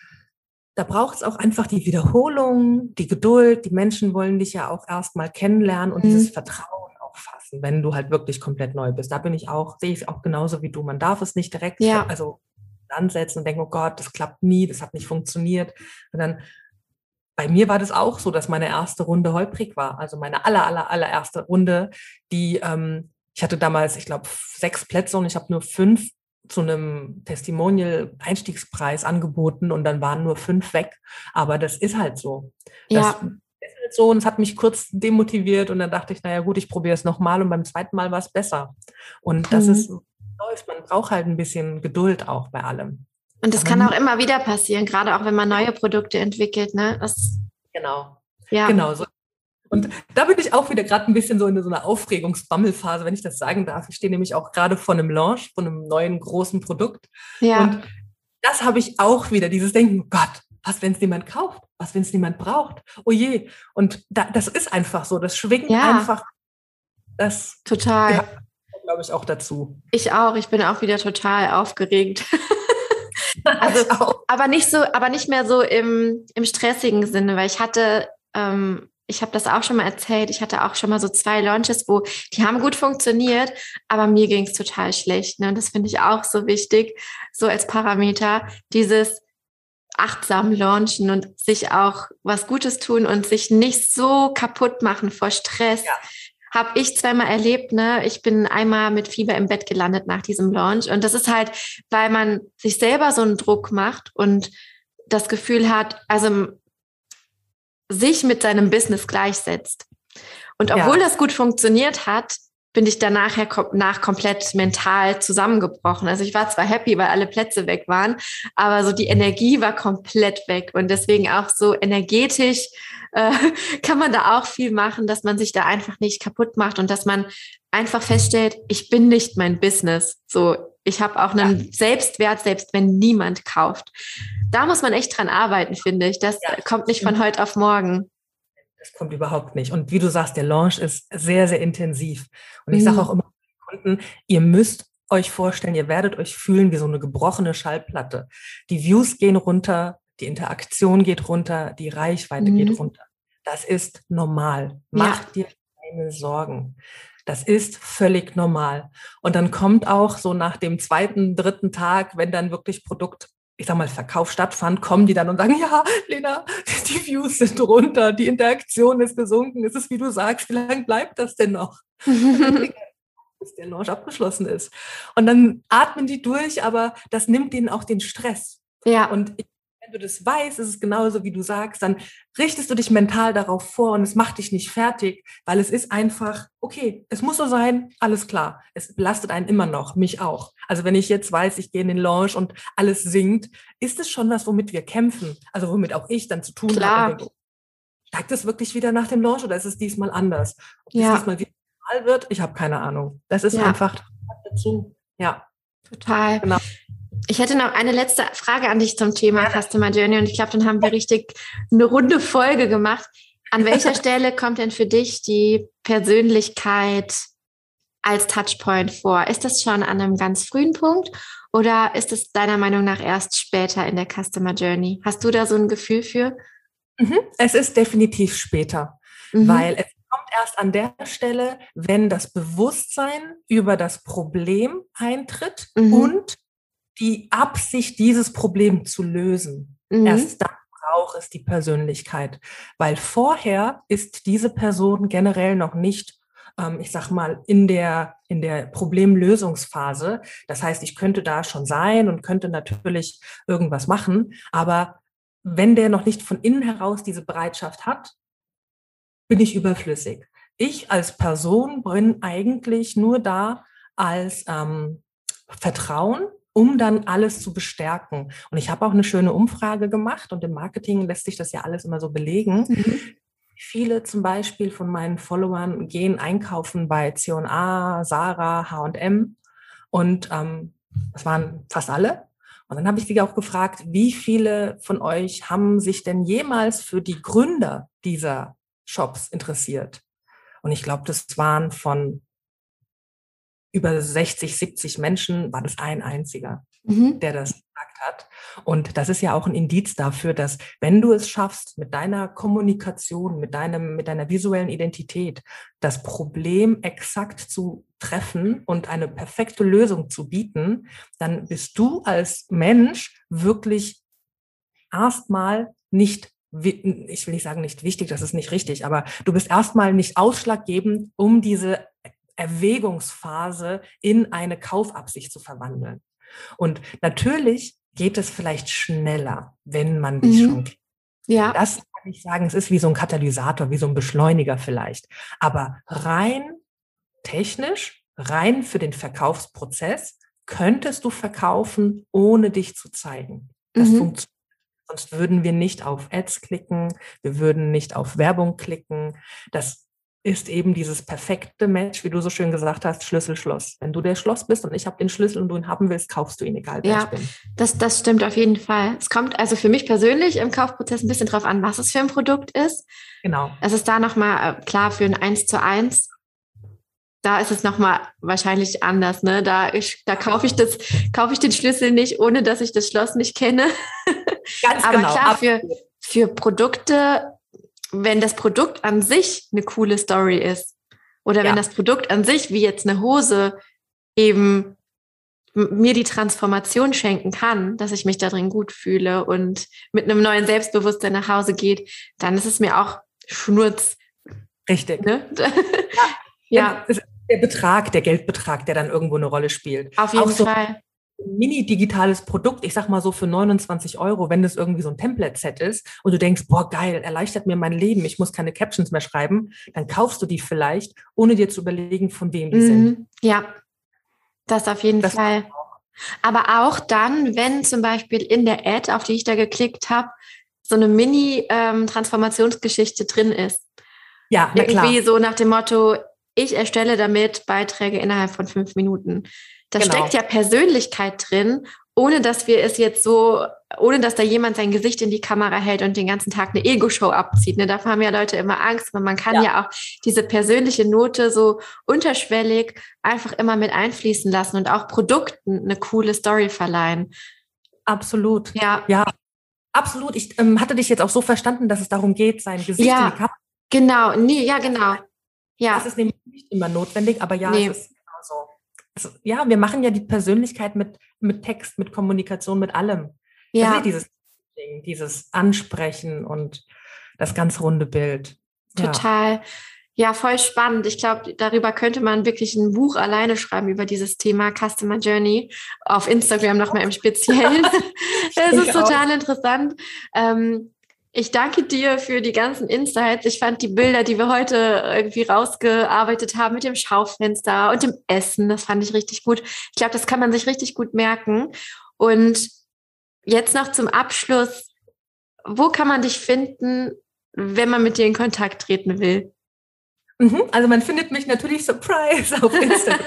Speaker 2: Da braucht es auch einfach die Wiederholung, die Geduld. Die Menschen wollen dich ja auch erstmal kennenlernen und mhm. dieses Vertrauen auch fassen, wenn du halt wirklich komplett neu bist. Da bin ich auch, sehe ich auch genauso wie du. Man darf es nicht direkt ja. also ansetzen und denken, oh Gott, das klappt nie, das hat nicht funktioniert. Und dann bei mir war das auch so, dass meine erste Runde holprig war. Also meine aller, aller, allererste Runde, die, ähm, ich hatte damals, ich glaube, sechs Plätze und ich habe nur fünf zu einem Testimonial-Einstiegspreis angeboten und dann waren nur fünf weg. Aber das ist halt so. Das ja. ist halt so und es hat mich kurz demotiviert und dann dachte ich, naja gut, ich probiere es nochmal und beim zweiten Mal war es besser. Und das mhm. ist, läuft. Man braucht halt ein bisschen Geduld auch bei allem.
Speaker 1: Und das kann auch immer wieder passieren, gerade auch wenn man neue Produkte entwickelt, ne? Das,
Speaker 2: genau. Ja. Genau so. Und da bin ich auch wieder gerade ein bisschen so in so einer Aufregungsbammelphase, wenn ich das sagen darf. Ich stehe nämlich auch gerade vor einem Launch, von einem neuen großen Produkt. Ja. Und das habe ich auch wieder, dieses Denken, Gott, was, wenn es niemand kauft? Was, wenn es niemand braucht? Oh je. Und da, das ist einfach so, das schwingt ja. einfach. Das
Speaker 1: total.
Speaker 2: Ja, glaube ich, auch dazu.
Speaker 1: Ich auch, ich bin auch wieder total aufgeregt. Also, aber nicht so, aber nicht mehr so im, im stressigen Sinne, weil ich hatte, ähm, ich habe das auch schon mal erzählt, ich hatte auch schon mal so zwei Launches, wo die haben gut funktioniert, aber mir ging es total schlecht. Ne? Und das finde ich auch so wichtig, so als Parameter, dieses achtsam launchen und sich auch was Gutes tun und sich nicht so kaputt machen vor Stress. Ja. Habe ich zweimal erlebt, ne? Ich bin einmal mit Fieber im Bett gelandet nach diesem Launch. Und das ist halt, weil man sich selber so einen Druck macht und das Gefühl hat, also sich mit seinem Business gleichsetzt. Und obwohl ja. das gut funktioniert hat, bin ich danach nach komplett mental zusammengebrochen. Also ich war zwar happy, weil alle Plätze weg waren, aber so die Energie war komplett weg. Und deswegen auch so energetisch äh, kann man da auch viel machen, dass man sich da einfach nicht kaputt macht und dass man einfach feststellt, ich bin nicht mein Business. So, ich habe auch einen ja. Selbstwert, selbst wenn niemand kauft. Da muss man echt dran arbeiten, finde ich. Das ja. kommt nicht von heute auf morgen.
Speaker 2: Das kommt überhaupt nicht. Und wie du sagst, der Launch ist sehr, sehr intensiv. Und ich
Speaker 1: Mhm.
Speaker 2: sage auch immer Kunden, ihr müsst euch vorstellen, ihr werdet euch fühlen wie so eine gebrochene Schallplatte. Die Views gehen runter, die Interaktion geht runter, die Reichweite
Speaker 1: Mhm.
Speaker 2: geht runter. Das ist normal. Macht ja. dir keine Sorgen. Das ist völlig normal. Und dann kommt auch so nach dem zweiten, dritten Tag, wenn dann wirklich Produkt, ich sag mal, Verkauf stattfand, kommen die dann und sagen, ja, Lena, die Views sind runter, die Interaktion ist gesunken. Es ist, wie du sagst, wie lange bleibt das denn noch? Bis der Launch abgeschlossen ist. Und dann atmen die durch, aber das nimmt denen auch den Stress.
Speaker 1: Ja.
Speaker 2: Und wenn du das weißt, ist es genauso, wie du sagst, dann richtest du dich mental darauf vor und es macht dich nicht fertig, weil es ist einfach, okay, es muss so sein, alles klar. Es belastet einen immer noch, mich auch. Also wenn ich jetzt weiß, ich gehe in den Launch und alles sinkt, ist es schon was, womit wir kämpfen. Also womit auch ich dann zu tun
Speaker 1: Klar.
Speaker 2: habe. Und denke, steigt es wirklich wieder nach dem Launch oder ist es diesmal anders? Ob
Speaker 1: Ja.
Speaker 2: es diesmal wieder normal wird, ich habe keine Ahnung. Das ist
Speaker 1: Ja.
Speaker 2: einfach dazu. Ja.
Speaker 1: Total.
Speaker 2: Genau.
Speaker 1: Ich hätte noch eine letzte Frage an dich zum Thema Customer Journey und ich glaube, dann haben wir richtig eine runde Folge gemacht. An welcher Stelle kommt denn für dich die Persönlichkeit als Touchpoint vor? Ist das schon an einem ganz frühen Punkt oder ist es deiner Meinung nach erst später in der Customer Journey? Hast du da so ein Gefühl für?
Speaker 2: Mhm. Es ist definitiv später, mhm. weil es kommt erst an der Stelle, wenn das Bewusstsein über das Problem eintritt mhm. und die Absicht, dieses Problem zu lösen. Mhm. Erst dann braucht es die Persönlichkeit, weil vorher ist diese Person generell noch nicht, ähm, ich sag mal, in der, in der Problemlösungsphase. Das heißt, ich könnte da schon sein und könnte natürlich irgendwas machen, aber wenn der noch nicht von innen heraus diese Bereitschaft hat, bin ich überflüssig. Ich als Person bin eigentlich nur da als ähm, Vertrauen, um dann alles zu bestärken. Und ich habe auch eine schöne Umfrage gemacht und im Marketing lässt sich das ja alles immer so belegen. Mhm. Viele zum Beispiel von meinen Followern gehen einkaufen bei C und A, Zara, H und M und ähm, das waren fast alle. Und dann habe ich sie auch gefragt, wie viele von euch haben sich denn jemals für die Gründer dieser Shops interessiert? Und ich glaube, das waren von über sechzig, siebzig Menschen, war das ein einziger, mhm. der das gesagt hat. Und das ist ja auch ein Indiz dafür, dass wenn du es schaffst, mit deiner Kommunikation, mit deinem, mit deiner visuellen Identität, das Problem exakt zu treffen und eine perfekte Lösung zu bieten, dann bist du als Mensch wirklich erstmal nicht, ich will nicht sagen nicht wichtig, das ist nicht richtig, aber du bist erstmal nicht ausschlaggebend, um diese Erwägungsphase in eine Kaufabsicht zu verwandeln. Und natürlich geht es vielleicht schneller, wenn man dich mhm. schon kennt. Ja. Das kann ich sagen, es ist wie so ein Katalysator, wie so ein Beschleuniger vielleicht. Aber rein technisch, rein für den Verkaufsprozess, könntest du verkaufen, ohne dich zu zeigen. Das mhm. funktioniert. Sonst würden wir nicht auf Ads klicken, wir würden nicht auf Werbung klicken. Das ist eben dieses perfekte Match, wie du so schön gesagt hast, Schlüssel-Schloss. Wenn du der Schloss bist und ich habe den Schlüssel und du ihn haben willst, kaufst du ihn, egal wer
Speaker 1: ja,
Speaker 2: ich bin.
Speaker 1: Das, das stimmt auf jeden Fall. Es kommt also für mich persönlich im Kaufprozess ein bisschen drauf an, was es für ein Produkt ist.
Speaker 2: Genau.
Speaker 1: Es ist da nochmal klar für ein eins zu eins. Da ist es nochmal wahrscheinlich anders. Ne? Da, ich, da kaufe ich, das, kaufe ich den Schlüssel nicht, ohne dass ich das Schloss nicht kenne.
Speaker 2: Ganz
Speaker 1: Aber
Speaker 2: genau.
Speaker 1: klar, für, für Produkte, wenn das Produkt an sich eine coole Story ist oder ja. wenn das Produkt an sich, wie jetzt eine Hose, eben mir die Transformation schenken kann, dass ich mich da drin gut fühle und mit einem neuen Selbstbewusstsein nach Hause geht, dann ist es mir auch Schnurz.
Speaker 2: Richtig.
Speaker 1: Ne?
Speaker 2: Ja. ja. Der Betrag, der Geldbetrag, der dann irgendwo eine Rolle spielt.
Speaker 1: Auf jeden
Speaker 2: auch so
Speaker 1: Fall.
Speaker 2: Mini-digitales Produkt, ich sag mal so für neunundzwanzig Euro, wenn das irgendwie so ein Template-Set ist und du denkst, boah, geil, erleichtert mir mein Leben, ich muss keine Captions mehr schreiben, dann kaufst du die vielleicht, ohne dir zu überlegen, von wem die mhm. sind.
Speaker 1: Ja, das auf jeden das Fall. Aber auch dann, wenn zum Beispiel in der Ad, auf die ich da geklickt habe, so eine Mini-Transformationsgeschichte ähm, drin ist.
Speaker 2: Ja, na klar.
Speaker 1: Irgendwie so nach dem Motto, ich erstelle damit Beiträge innerhalb von fünf Minuten. Da genau. steckt ja Persönlichkeit drin,
Speaker 3: ohne dass wir es jetzt so, ohne dass da jemand sein Gesicht in die Kamera hält und den ganzen Tag eine Ego-Show abzieht. Ne? Davor haben ja Leute immer Angst, aber man kann ja. ja auch diese persönliche Note so unterschwellig einfach immer mit einfließen lassen und auch Produkten eine coole Story verleihen.
Speaker 2: Absolut.
Speaker 3: Ja.
Speaker 2: Ja, absolut. Ich ähm, hatte dich jetzt auch so verstanden, dass es darum geht, sein Gesicht
Speaker 3: ja,
Speaker 2: in die Kamera.
Speaker 3: Genau, nee, ja, genau. Ja.
Speaker 2: Das ist nämlich nicht immer notwendig, aber ja,
Speaker 3: nee.
Speaker 2: es ist genau so. Also, ja, wir machen ja die Persönlichkeit mit, mit Text, mit Kommunikation, mit allem.
Speaker 3: Ja.
Speaker 2: Also dieses Ding, dieses Ansprechen und das ganz runde Bild.
Speaker 3: Total. Ja. Ja, voll spannend. Ich glaube, darüber könnte man wirklich ein Buch alleine schreiben über dieses Thema Customer Journey. Auf Instagram nochmal im Speziellen. Das ist total auch. interessant. Ähm, ich danke dir für die ganzen Insights. Ich fand die Bilder, die wir heute irgendwie rausgearbeitet haben mit dem Schaufenster und dem Essen, das fand ich richtig gut. Ich glaube, das kann man sich richtig gut merken. Und jetzt noch zum Abschluss. Wo kann man dich finden, wenn man mit dir in Kontakt treten will?
Speaker 2: Also man findet mich natürlich, Surprise, auf Instagram.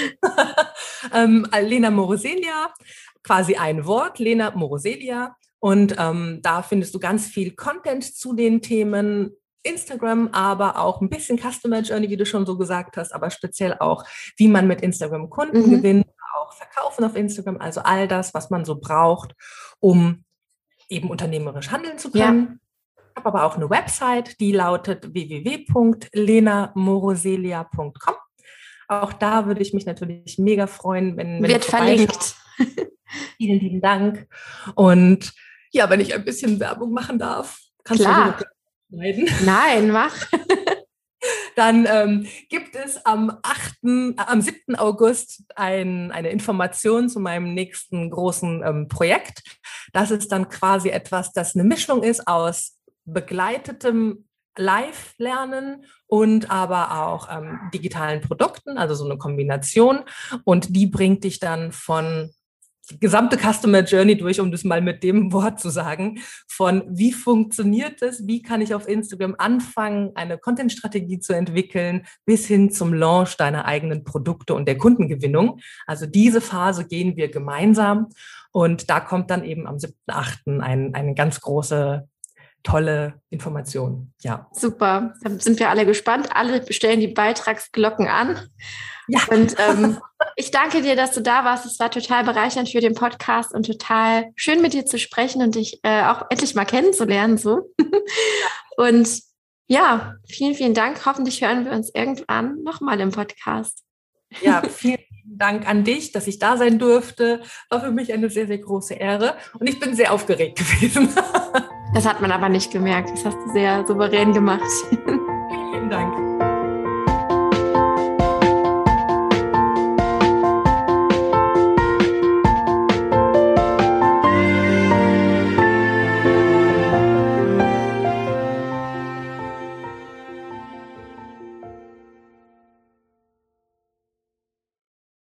Speaker 2: ähm, Lena Moroselia, quasi ein Wort, Lena Moroselia. Und ähm, da findest du ganz viel Content zu den Themen Instagram, aber auch ein bisschen Customer Journey, wie du schon so gesagt hast, aber speziell auch, wie man mit Instagram Kunden mhm. gewinnt, auch verkaufen auf Instagram, also all das, was man so braucht, um eben unternehmerisch handeln zu können. Ja. Ich habe aber auch eine Website, die lautet w w w punkt lena moroselia punkt com. Auch da würde ich mich natürlich mega freuen, wenn... wenn
Speaker 3: Wird verlinkt.
Speaker 2: Vielen lieben Dank. Und ja, wenn ich ein bisschen Werbung machen darf, kannst
Speaker 3: Klar.
Speaker 2: du schneiden.
Speaker 3: Nein, mach.
Speaker 2: Dann ähm, gibt es am achten, äh, am siebten August ein, eine Information zu meinem nächsten großen ähm, Projekt. Das ist dann quasi etwas, das eine Mischung ist aus begleitetem Live-Lernen und aber auch ähm, digitalen Produkten, also so eine Kombination. Und die bringt dich dann von die gesamte Customer Journey durch, um das mal mit dem Wort zu sagen, von wie funktioniert es, wie kann ich auf Instagram anfangen, eine Content-Strategie zu entwickeln, bis hin zum Launch deiner eigenen Produkte und der Kundengewinnung. Also diese Phase gehen wir gemeinsam und da kommt dann eben am siebten achten ein, eine ganz große tolle Information, ja.
Speaker 3: Super, dann sind wir alle gespannt. Alle stellen die Beitragsglocken an.
Speaker 2: Ja.
Speaker 3: Und ähm, ich danke dir, dass du da warst. Es war total bereichernd für den Podcast und total schön mit dir zu sprechen und dich äh, auch endlich mal kennenzulernen. So. Und ja, vielen, vielen Dank. Hoffentlich hören wir uns irgendwann nochmal im Podcast.
Speaker 2: Ja, vielen Dank an dich, dass ich da sein durfte. War für mich eine sehr, sehr große Ehre und ich bin sehr aufgeregt gewesen.
Speaker 3: Das hat man aber nicht gemerkt. Das hast du sehr souverän gemacht.
Speaker 2: Vielen Dank.